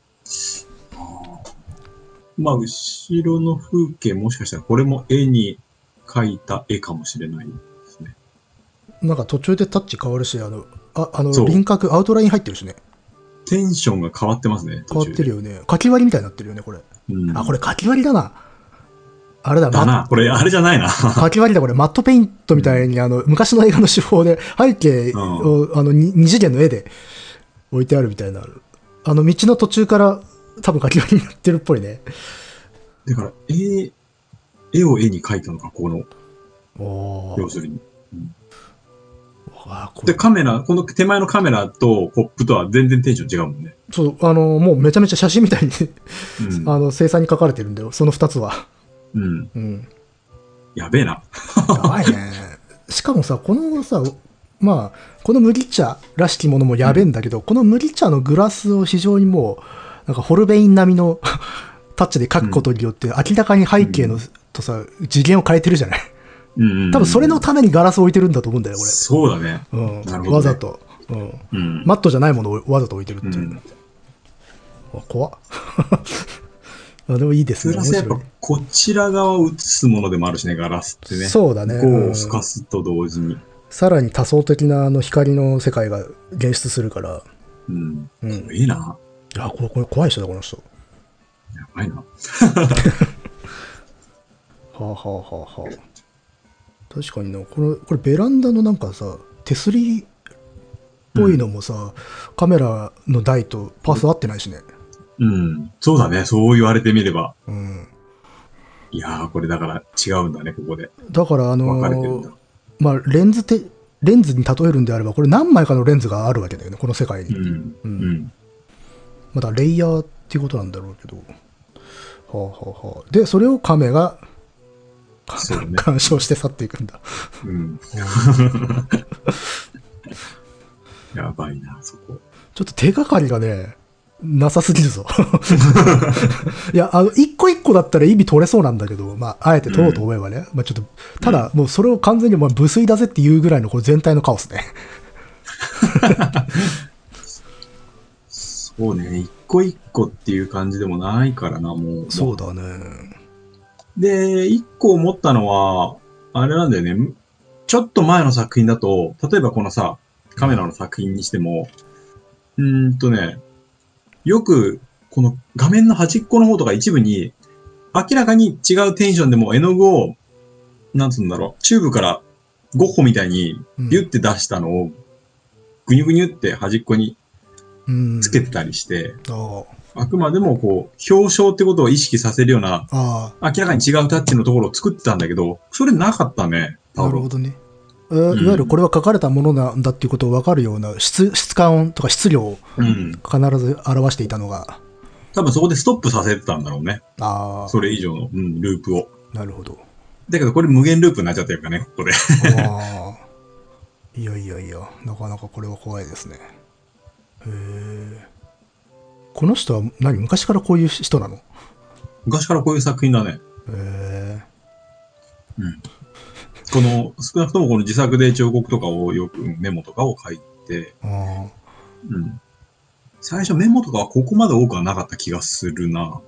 まあ、後ろの風景もしかしたらこれも絵に描いた絵かもしれないですね。 なんか途中でタッチ変わるし、あの、ああのそう輪郭、アウトライン入ってるしね。 テンションが変わってますね。 変わってるよ。 よね。かき割りみたいになってるよね、これ。 うん、 あ、これかき割りだな。あれだ、 だな。これ、あれじゃないな。 かき割りだ、これ。マットペイントみたいに、あの、昔の映画の手法で、背景を、あの、に二次元の絵で置いてあるみたいな。あの、道の途中から、多分かき割りになってるっぽいね。 だから、絵、絵を絵に描いたのか、この、 お要するに。うんあこで、カメラ、この手前のカメラとコップとは全然テンション違うもんね。 そう、あの、もうめちゃめちゃ写真みたいに、 うん。 あの、精細に描かれてるんだよ、その二つは。 うん。 うん。 やべえな。 やばいね。しかもさ、このさ、まあ、この麦茶らしきものもやべえんだけど、うん、この麦茶のグラスを非常にもう、なんかホルベイン並みのタッチで描くことによって、明らかに背景の、うん、とさ、次元を変えてるじゃない。 うん。 多分それのためにガラスを置いてるんだと思うんだよ、これ。 そうだね。 うん。 なるほどね、 わざと、うんうん。マットじゃないものをわざと置いてるっていう。うん、怖っ。 あ、でもいいですね。 プラスやっぱ面こちら側を映すものでもあるしね、ガラスって白い。 ね。 そうだね。 こうんう透かすと同時に。 さらに多層的なあの光の世界が現出するから。 うん。 うん。 怖いな。 いや、これ、これ怖い人だ、この人。 やばいな。 はあ、はあはあはあ、確かにな、これ、これベランダのなんかさ、手すりっぽいのもさ、うん、カメラの台とパス合ってないしね。 うん。そうだね。そう言われてみれば。 うん。 いやー、これだから違うんだね、ここで。 だから、あのー、 分かれてるんだ。 まあ、レンズて、レンズに例えるんであれば、これ何枚かのレンズがあるわけだよね、この世界に。 うん。 うん。うん、まだレイヤーっていうことなんだろうけど。はあはあはあ。で、それをカメが、 そうね、 干渉して去っていくんだ。 うん。やばいな、そこ。 ちょっと手がかりがね、なさすぎるぞ。いや、あの、一個一個だったら意味取れそうなんだけど、まあ、あえて取ろうと思えばね。うん、まあちょっと、ただ、もうそれを完全に、まあ、無粋だぜっていうぐらいのこう全体のカオスね。 そうね、一個一個っていう感じでもないからな、もう。 そうだね。 で、一個思ったのは、あれなんだよね。ちょっと前の作品だと、例えばこのさ、カメラの作品にしても、うーんとね、よく、この画面の端っこの方とか一部に、明らかに違うテンションでも絵の具を、なんつうんだろう、チューブからゴッホみたいにビュって出したのを、ぐにゅぐにゅって端っこにつけてたりして、うん、あくまでもこう、表彰ってことを意識させるような、明らかに違うタッチのところを作ってたんだけど、それなかったね。 なるほどね。いわゆるこれは書かれたものなんだっていうことを分かるような 質, 質感とか質量を必ず表していたのが、 うん、多分そこでストップさせてたんだろうね。 ああ。 それ以上の、うん、ループを。 なるほど。 だけどこれ無限ループになっちゃってるからね、ここで。 ああ。いやいやいや、なかなかこれは怖いですね。へえ。この人は何、昔からこういう人なの？ 昔からこういう作品だね。へえ。 うん。この、少なくともこの自作で彫刻とかをよくメモとかを書いて、あ、うん。最初メモとかはここまで多くはなかった気がするな。ああ。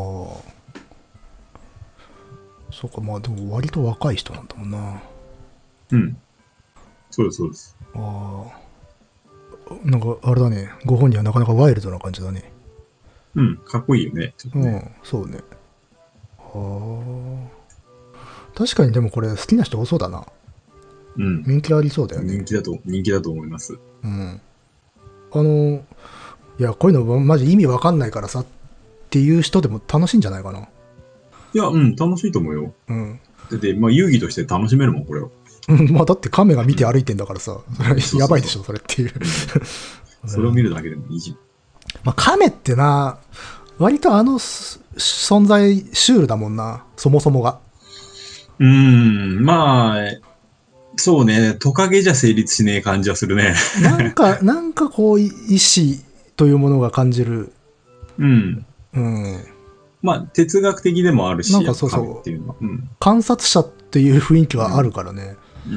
そうか、まあでも割と若い人なんだもんな。 うん。そうです、そうです。 ああ。なんかあれだね、ご本人はなかなかワイルドな感じだね。 うん、かっこいいよね。ちょっとね。 うん、そうね。はあ。確かにでもこれ好きな人多そうだな。 うん。 人気ありそうだよね。 人気だと、人気だと思います。 うん。あの、いや、こういうのマジ意味わかんないからさっていう人でも楽しいんじゃないかな。 いや、うん、楽しいと思うよ。うん。だって、まあ遊戯として楽しめるもん、これを。 まあだって亀が見て歩いてんだからさ、それやばいでしょ、それっていう。 それを見るだけでもいいじゃん。 まあ亀ってな、割とあの存在シュールだもんな、そもそもが。 うーん、まあ、そうね、トカゲじゃ成立しねえ感じはするね。 なんか、なんかこう、意志というものが感じる。 うん。 うん。 まあ、哲学的でもあるし、 なんかそうそう。 っていうのは、うん、 観察者っていう雰囲気はあるからね。 うん。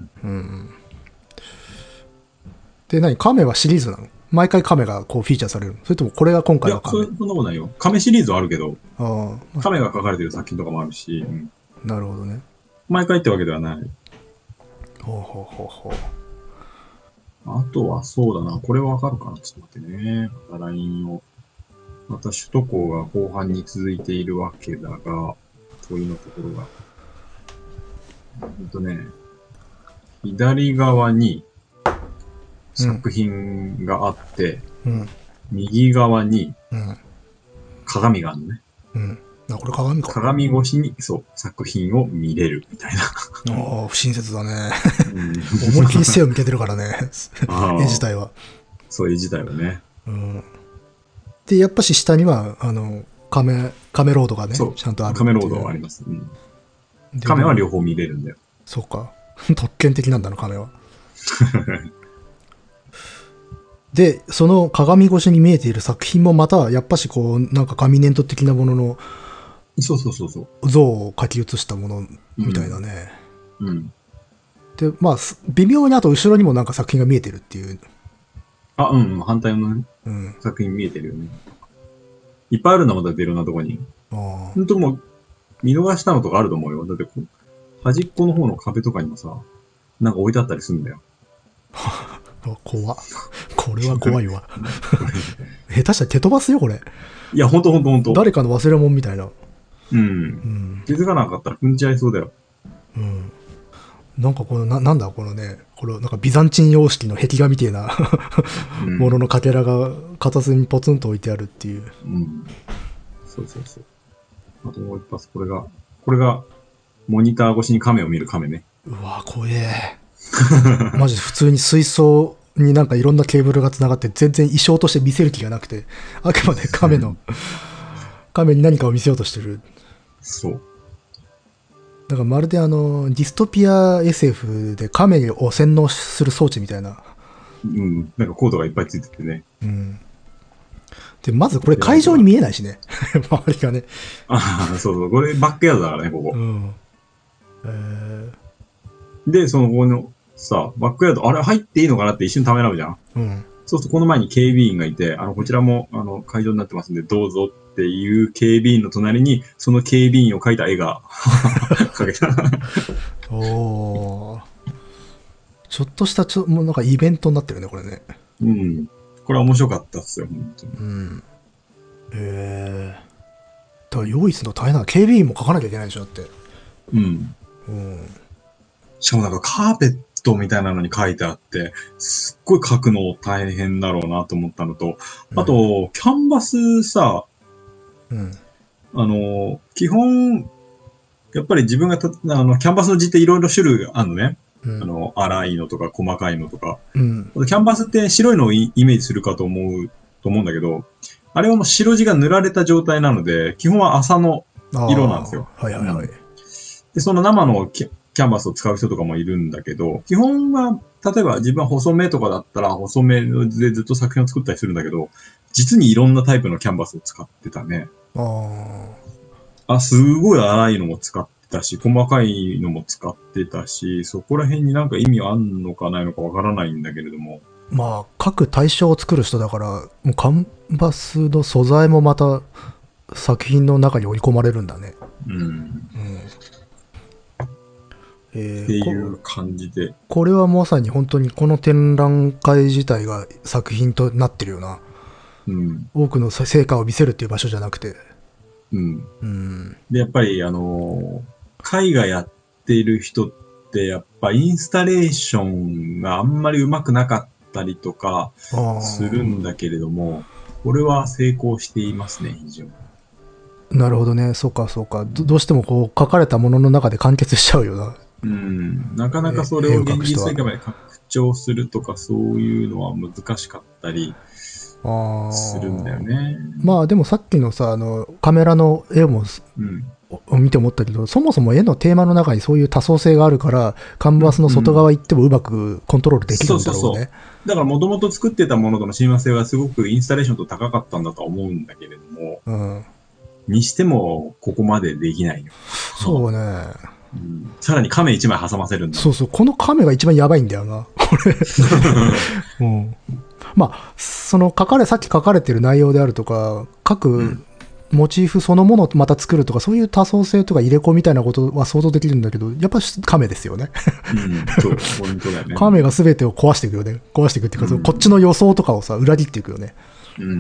うん。で、何？亀はシリーズなの？毎回亀がこうフィーチャーされるの？それともこれが今回の亀？ いや、そんなことないよ。亀シリーズはあるけど、 ああ、 亀が描かれてる作品とかもあるし、うん、 なるほどね。 毎回ってわけではない。 ほうほうほうほう。 あとはそうだな、これはわかるかな？ちょっと待ってね。また ライン を。また首都高が後半に続いているわけだが、問いのところが。えっとね、左側に作品があって、うん、右側に鏡があるのね。 うん。あ、これ鏡か。 鏡越しに、そう、作品を見れるみたいな。 ああ、不親切だね。うん、思いっきり背を向けてるからね、絵自体は。 そう、絵自体はね。 うん。で、やっぱし下には、あの、カメ、カメロードがね、ちゃんとある。 カメロードはあります。うん、カメは両方見れるんだよ。 そうか。特権的なんだな、カメは。で、その鏡越しに見えている作品もまた、やっぱしこう、なんか紙粘土的なものの、 そうそうそうそう。 像を描き写したものみたいだね。 うん。うん、 で、まあ、微妙にあと後ろにもなんか作品が見えてるっていう。 あ、うん、反対の、ね、うん、作品見えてるよね。いっぱいあるんだもんだっていろんなとこに。 ああ。 ほんともう、見逃したのとかあると思うよ。だってこう、端っこの方の壁とかにもさ、なんか置いてあったりするんだよ。 怖っ。これは怖いわ。下手したら蹴飛ばすよ、これ。 いや、ほんとほんとほんと。 誰かの忘れ物みたいな。 う。 うんん。 気づかなかったら踏んじゃいそうだよ。 うん。なんかこの、な、なんだこのね、これなんかビザンチン様式の壁画みたいなうんもののかけらが片隅にポツンと置いてあるっていう。 うん。そうそうそう。あともう一発、これが、これが、モニター越しに亀を見る亀ね。 うわ怖え。マジで普通に水槽になんかいろんなケーブルがつながって全然衣装として見せる気がなくて、あくまで亀の、亀に何かを見せようとしてる。 そう。 だからまるであの、ディストピア エスエフ で亀を洗脳する装置みたいな。 うん。なんかコードがいっぱいついててね。 うん。で、まずこれ会場に見えないしね。周りがね。 ああ、そうそう。これバックヤードだからね、ここ。 うん。えで、その、ここの、さ、バックヤード、あれ入っていいのかなって一瞬ためらうじゃん。 ー、うん。 そうすると、この前に警備員がいて、あの、こちらも、あの、会場になってますんで、どうぞっていう警備員の隣に、その警備員を描いた絵が描けた。 おー。ちょっとしたちょ、もうなんかイベントになってるね、これね。 うん。これは面白かったっすよ、本当に。 うん。えー。だから用意するの大変な。警備員も書かなきゃいけないでしょ、だって。 うん。 うん。 しかもなんかカーペットみたいなのに書いてあって、すっごい書くの大変だろうなと思ったのと、あと、キャンバスさ、 うん。 あの、基本、やっぱり自分がた、あの、キャンバスの字っていろいろ種類があるのね。 うん。 あの、粗いのとか細かいのとか。 うん。 キャンバスって白いのをイイメージするかと思う、と思うんだけど、あれはもう白地が塗られた状態なので、基本は麻の色なんですよ。 はいはいはい。 で、その生のキャキャンバスを使う人とかもいるんだけど、基本は、例えば自分は細めとかだったら細めでずっと作品を作ったりするんだけど、実にいろんなタイプのキャンバスを使ってたね。 ああ、すごい粗いのも使ってたし、細かいのも使ってたし、そこら辺になんか意味あんのかないのかわからないんだけれども。 あ。まあ、各対象を作る人だから、もうカンバスの素材もまた作品の中に織り込まれるんだね。 うん。 うん。えーっていう感じで。 こ、これはまさに本当にこの展覧会自体が作品となってるよな。 うん。 多くの成果を見せるっていう場所じゃなくて。 うん。 うん。 で、やっぱり、あのー、絵画やっている人って、やっぱインスタレーションがあんまり上手くなかったりとかするんだけれども、これは成功していますね、非常に。 なるほどね。そうかそうか。ど, どうしてもこう書かれたものの中で完結しちゃうよな。 うん。なかなかそれを現実世界まで拡張するとか、そういうのは難しかったりあするんだよね。 まあでもさっきのさ、あの、カメラの絵も、 うん。 を見て思ったけど、そもそも絵のテーマの中にそういう多層性があるから、カンバスの外側行ってもうまくコントロールできるんだろうね。 そうそうそうだからもともと作ってたものとの親和性はすごくインスタレーションと高かったんだとは思うんだけれども、 うん。 にしてもここまでできないよ。 そうね。 うん、さらに亀一枚挟ませるんだ。 そうそう、この亀が一番やばいんだよな、これ。うん。まあ、その書かれ、さっき書かれてる内容であるとか、各モチーフそのものをまた作るとか、そういう多層性とか入れ子みたいなことは想像できるんだけど、やっぱり亀ですよね。 うん、そう、ポイントだよね。 亀が全てを壊していくよね。壊していくっていうか、うん、こっちの予想とかをさ、裏切っていくよね。 うん。うん、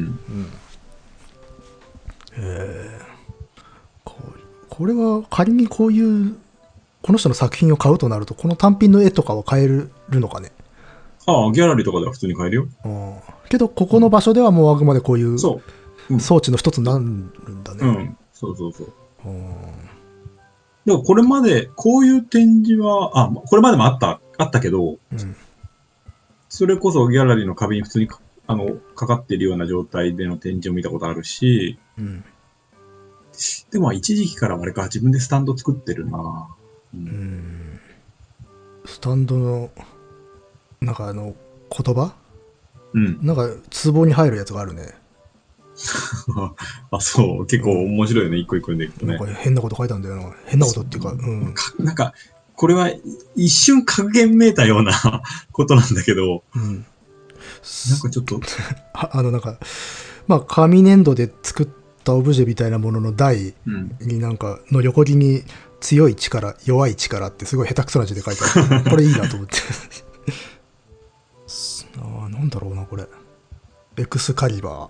えー、こ, これは仮にこういうこの人の作品を買うとなると、この単品の絵とかは買えるのかね。 ああ、ギャラリーとかでは普通に買えるよ。 うん、けど、ここの場所ではもうあくまでこういう装うん、 置の一つになるんだね。 うん、そうそうそう。 うん、 でもこれまで、こういう展示は、あ、これまでもあった、あったけど、 うん、 それこそギャラリーの壁に普通にか、あの、かかっているような状態での展示を見たことあるし、 うん、 でも一時期からあれか、自分でスタンド作ってるな。うんうん、スタンドのなんかあの言葉、 うん、 なんか壺に入るやつがあるね。 あ、そう、結構面白いよね、一個一個でいくとね。 なんか変なこと書いたんだよな。変なことっていうか、うん、 かなんかこれは一瞬格言めいたようなことなんだけど、 うん、 なんかちょっとあ, あのなんかまあ紙粘土で作っったオブジェみたいなものの台うん。 になんかの横木に強い力、弱い力ってすごい下手くそな字で書いてある。これいいなと思って。ああ、なんだろうな、これ。エクスカリバー。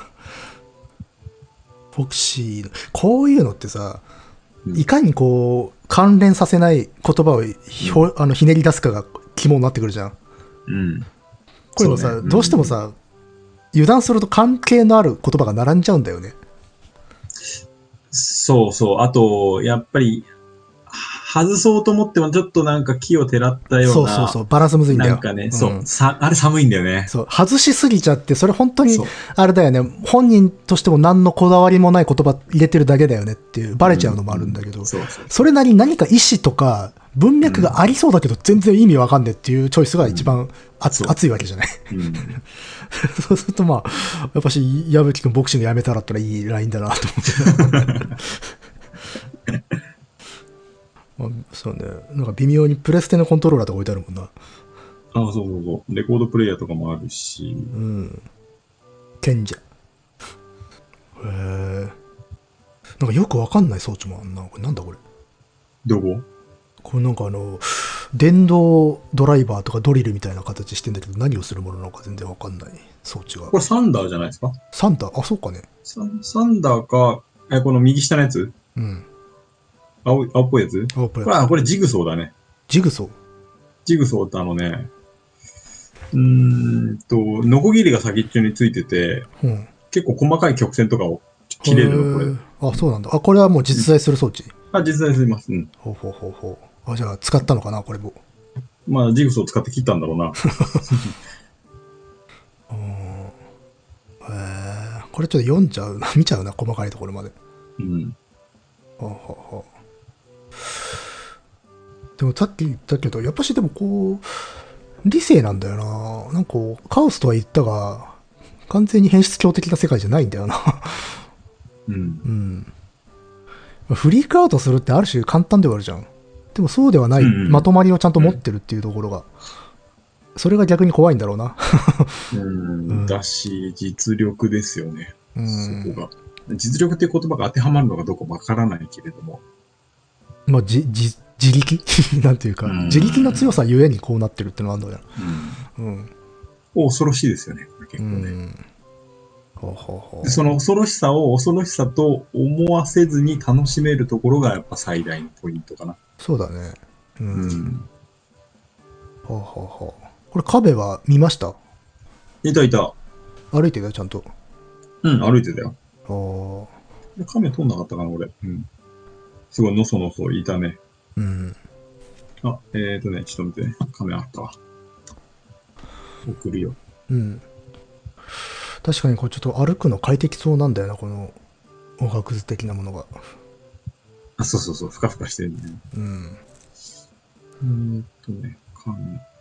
フォクシー。こういうのってさ、 うんいかにこう、関連させない言葉をひょ、あのひねり出すかが肝になってくるじゃん。 うん。 こういうのさ、 そうねどうしてもさ、油断すると関係のある言葉が並んじゃうんだよね。 そうそう。あと、やっぱり、外そうと思ってもちょっとなんか木をてらったような。 そうそうそう、バランスむずいんだよ。 なんかね、 んそう、さ、あれ寒いんだよね。 そう、外しすぎちゃって、それ本当にそう、 あれだよね、本人としても何のこだわりもない言葉入れてるだけだよねっていう、バレちゃうのもあるんだけど、 そうそう。 それなりに何か意思とか、文脈がありそうだけど、全然意味わかんねえっていうチョイスが一番熱,、 そう熱いわけじゃない。 うん。 そうするとまあ、やっぱし、矢吹君ボクシングやめたらったらいいラインだなと思って。まあ、そうね、なんか微妙にプレステのコントローラーとか置いてあるもんな。 あそうそうそう。レコードプレイヤーとかもあるし。 うん。賢者。へえ。なんかよくわかんない装置もあんな。これなんだこれ。 どここれなんかあの、電動ドライバーとかドリルみたいな形してんだけど、何をするものなのか全然わかんない装置がこ。れサンダーじゃないですかサンダーあ、そうかね。 サンサンダーか、え、この右下のやつうん。 青い、青っぽいやつあ、これこれは、これジグソーだね。 ジグソー。 ジグソーってあのね、うーんと、ノコギリが先っちょについてて、 うん。 結構細かい曲線とかを切れるの、これ。 へーあ、そうなんだ。あ、これはもう実在する装置。 あ、実在します。うん。 ほうほうほうほう。あ、じゃあ使ったのかな、これも。 まあ、ジグソー使って切ったんだろうな。 うん。へえ。これちょっと読んじゃうな、見ちゃうな、細かいところまで。 うん。 はあはあはあでもさっき言ったけど、やっぱしでもこう、理性なんだよな。なんかこう、カオスとは言ったが、完全に変質狂的な世界じゃないんだよな。 うん。 うん。フリークアウトするってある種簡単ではあるじゃん。でもそうではない、 うんうんまとまりをちゃんと持ってるっていうところが、それが逆に怖いんだろうな。 うん。だし、実力ですよね。 うんそこが。実力っていう言葉が当てはまるのかどうかわからないけれども。 まあ、じ、じ、自力なんていうか、 うん自力の強さゆえにこうなってるってのはあるんだよ。 うん。 うん。 恐ろしいですよね。結う構ね。 ん。ほうほうほうでその恐ろしさを恐ろしさと思わせずに楽しめるところがやっぱ最大のポイントかな。 そうだね。う。 うんん。 ほうほうほう。これ壁は見ました？ いたいた。 歩いてたちゃんと。 うん、歩いてたよ。 ああ。 カメ通んなかったかな、俺。うん。すごいのそのそいたね。 うん。 あ、えーとね、ちょっと見てね。カメあったわ。送るよ。 うん。確かにこれちょっと歩くの快適そうなんだよな、このおがくず的なものが。 あ、そうそうそう、ふかふかしてるね。 うん。 えーとね、カメ。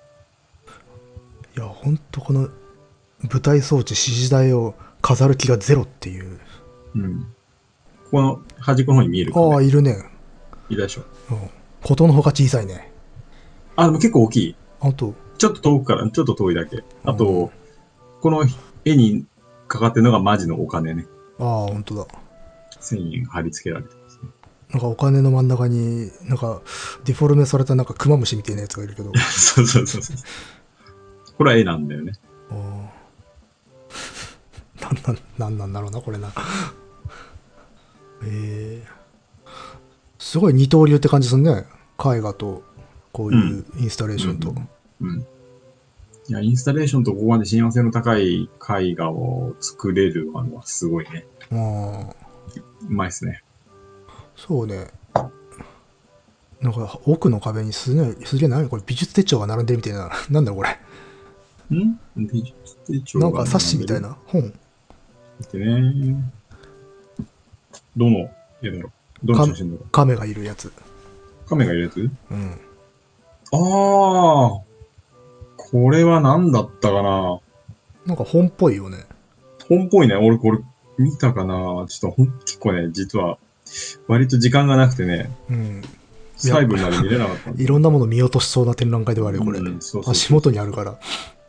いや、ほんとこの舞台装置、指示台を飾る気がゼロっていう。 うん。ここの端っこの方に見えるかああ、 ね。 いるね。 いたでしょ。 うん。ことのほか小さいね。 あ、でも結構大きい。 あと、 ちょっと遠くから、ちょっと遠いだけ。あと、 うんこの絵にかかってるのがマジのお金ね。 ああ、ほんとだ。 せんえん貼り付けられてますね。 なんかお金の真ん中に、なんかデフォルメされたなんかクマムシみたいなやつがいるけど。 そうそうそうそう。これは絵なんだよね。 ああ。なんなん、なんなんだろうな、これな。ええすごい二刀流って感じするね。絵画と、こういうインスタレーションと。 うん。いや、インスタレーションとここまで親和性の高い絵画を作れるのはすごいね。 ああ、 うまいっすね。 そうね。なんか奥の壁にすげえ、すげえ何これ美術手帳が並んでるみたいな。なんだろうこれ。 ん美術手帳なんか冊子みたいな本。 見てね。どの絵だろうどの写真だろう亀がいるやつ。 カメがいるやつうん。 ああこれは何だったかななんか本っぽいよね。 本っぽいね。俺これ見たかなちょっとほん結構ね、実は割と時間がなくてね、 うん。 細部まで見れなかったんだいろんなもの見落としそうな展覧会ではあるよ、これ。 うんそうそうそう足元にあるから。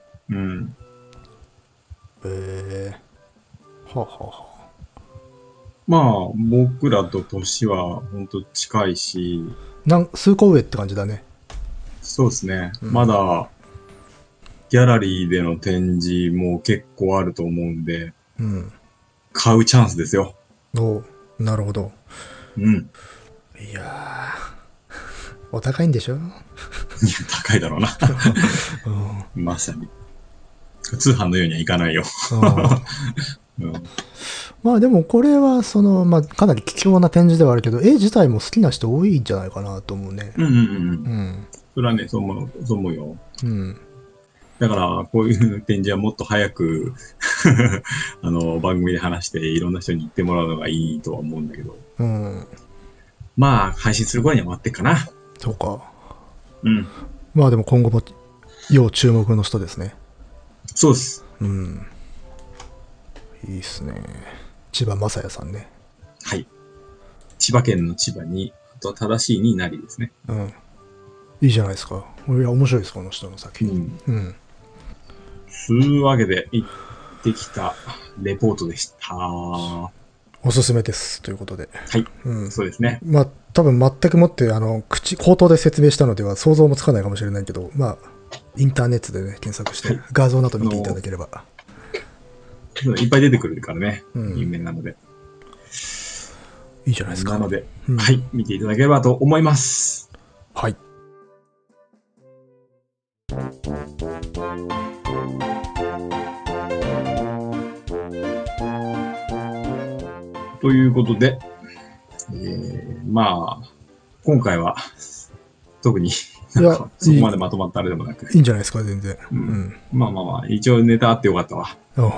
うん。 へえはあ、はあはあ、 まあ、僕らと年は本当近いし、 なん数個上って感じだね。 そうですね。 うんまだ、ギャラリーでの展示も結構あると思うんで、 うん。 買うチャンスですよ。 おなるほど。 うん。 いやー、お高いんでしょ？ いや、高いだろうな。 うん。 まさに。通販のようにはいかないよ。 うんうん、 まあでもこれはその、まあかなり貴重な展示ではあるけど、絵自体も好きな人多いんじゃないかなと思うね。 うんうんうん。 うん。 それはね、そう思う、そう思うよ。 うん。 だから、こういう展示はもっと早く、あの、番組で話して、いろんな人に言ってもらうのがいいとは思うんだけど。 うん。 まあ、配信する頃には終わってっかな。 そうか。 うん。 まあでも今後も要注目の人ですね。 そうです。 うん。いいっすね。千葉雅也さんね。 はい。千葉県の千葉に、あとは正しいになりですね。 うん。いいじゃないですか。いや、面白いです、この人の作品。 うん。 うん。 つうわけで、行ってきたレポートでした。はおすすめです。ということで。 い。 うん。 そうですね。 まあ、多分全くもって、あの、口、口頭で説明したのでは想像もつかないかもしれないけど、まあ、インターネットでね、検索して、画像など見ていただければ。 いっぱい出てくるからね。 うん有名なので。 いいじゃないですか。 なので、 うんはい。見ていただければと思います。 はい。 ということで、えー、まあ、今回は、特になんいやかそこまでまとまったあれでもなく、 いいんじゃないですか、全然。 ううんん。 まあまあまあ、一応ネタあってよかったわ。 お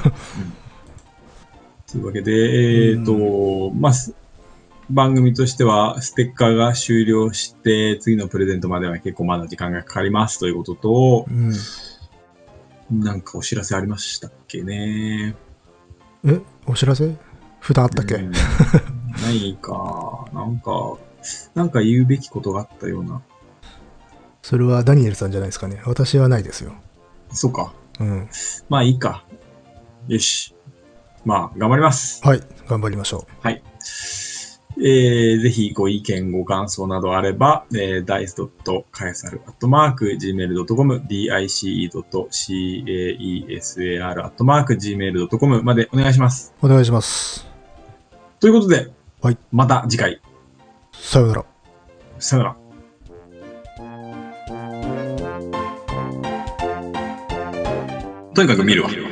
というわけで、えっ、と、まあ、す番組としては、ステッカーが終了して、次のプレゼントまでは結構まだ時間がかかりますということとう、ん。 なんかお知らせありましたっけね。 え、お知らせ普段あったっけ、 うんないか、なんか、なんか言うべきことがあったような。 それはダニエルさんじゃないですかね。私はないですよ。 そうか。 うん。 まあいいか。よし。まあ、頑張ります。 はい。頑張りましょはい。えー、ぜひご意見、ご感想などあれば、えー、ダイス カエサル アットマーク ジーメール ドットコム、ディーアイシーイー カエサル アットマーク ジーメール ドットコム までお願いします。 う。お願いします。 ということで、 はい。 また次回。 さようなら。 さよなら。とにかく見るわ。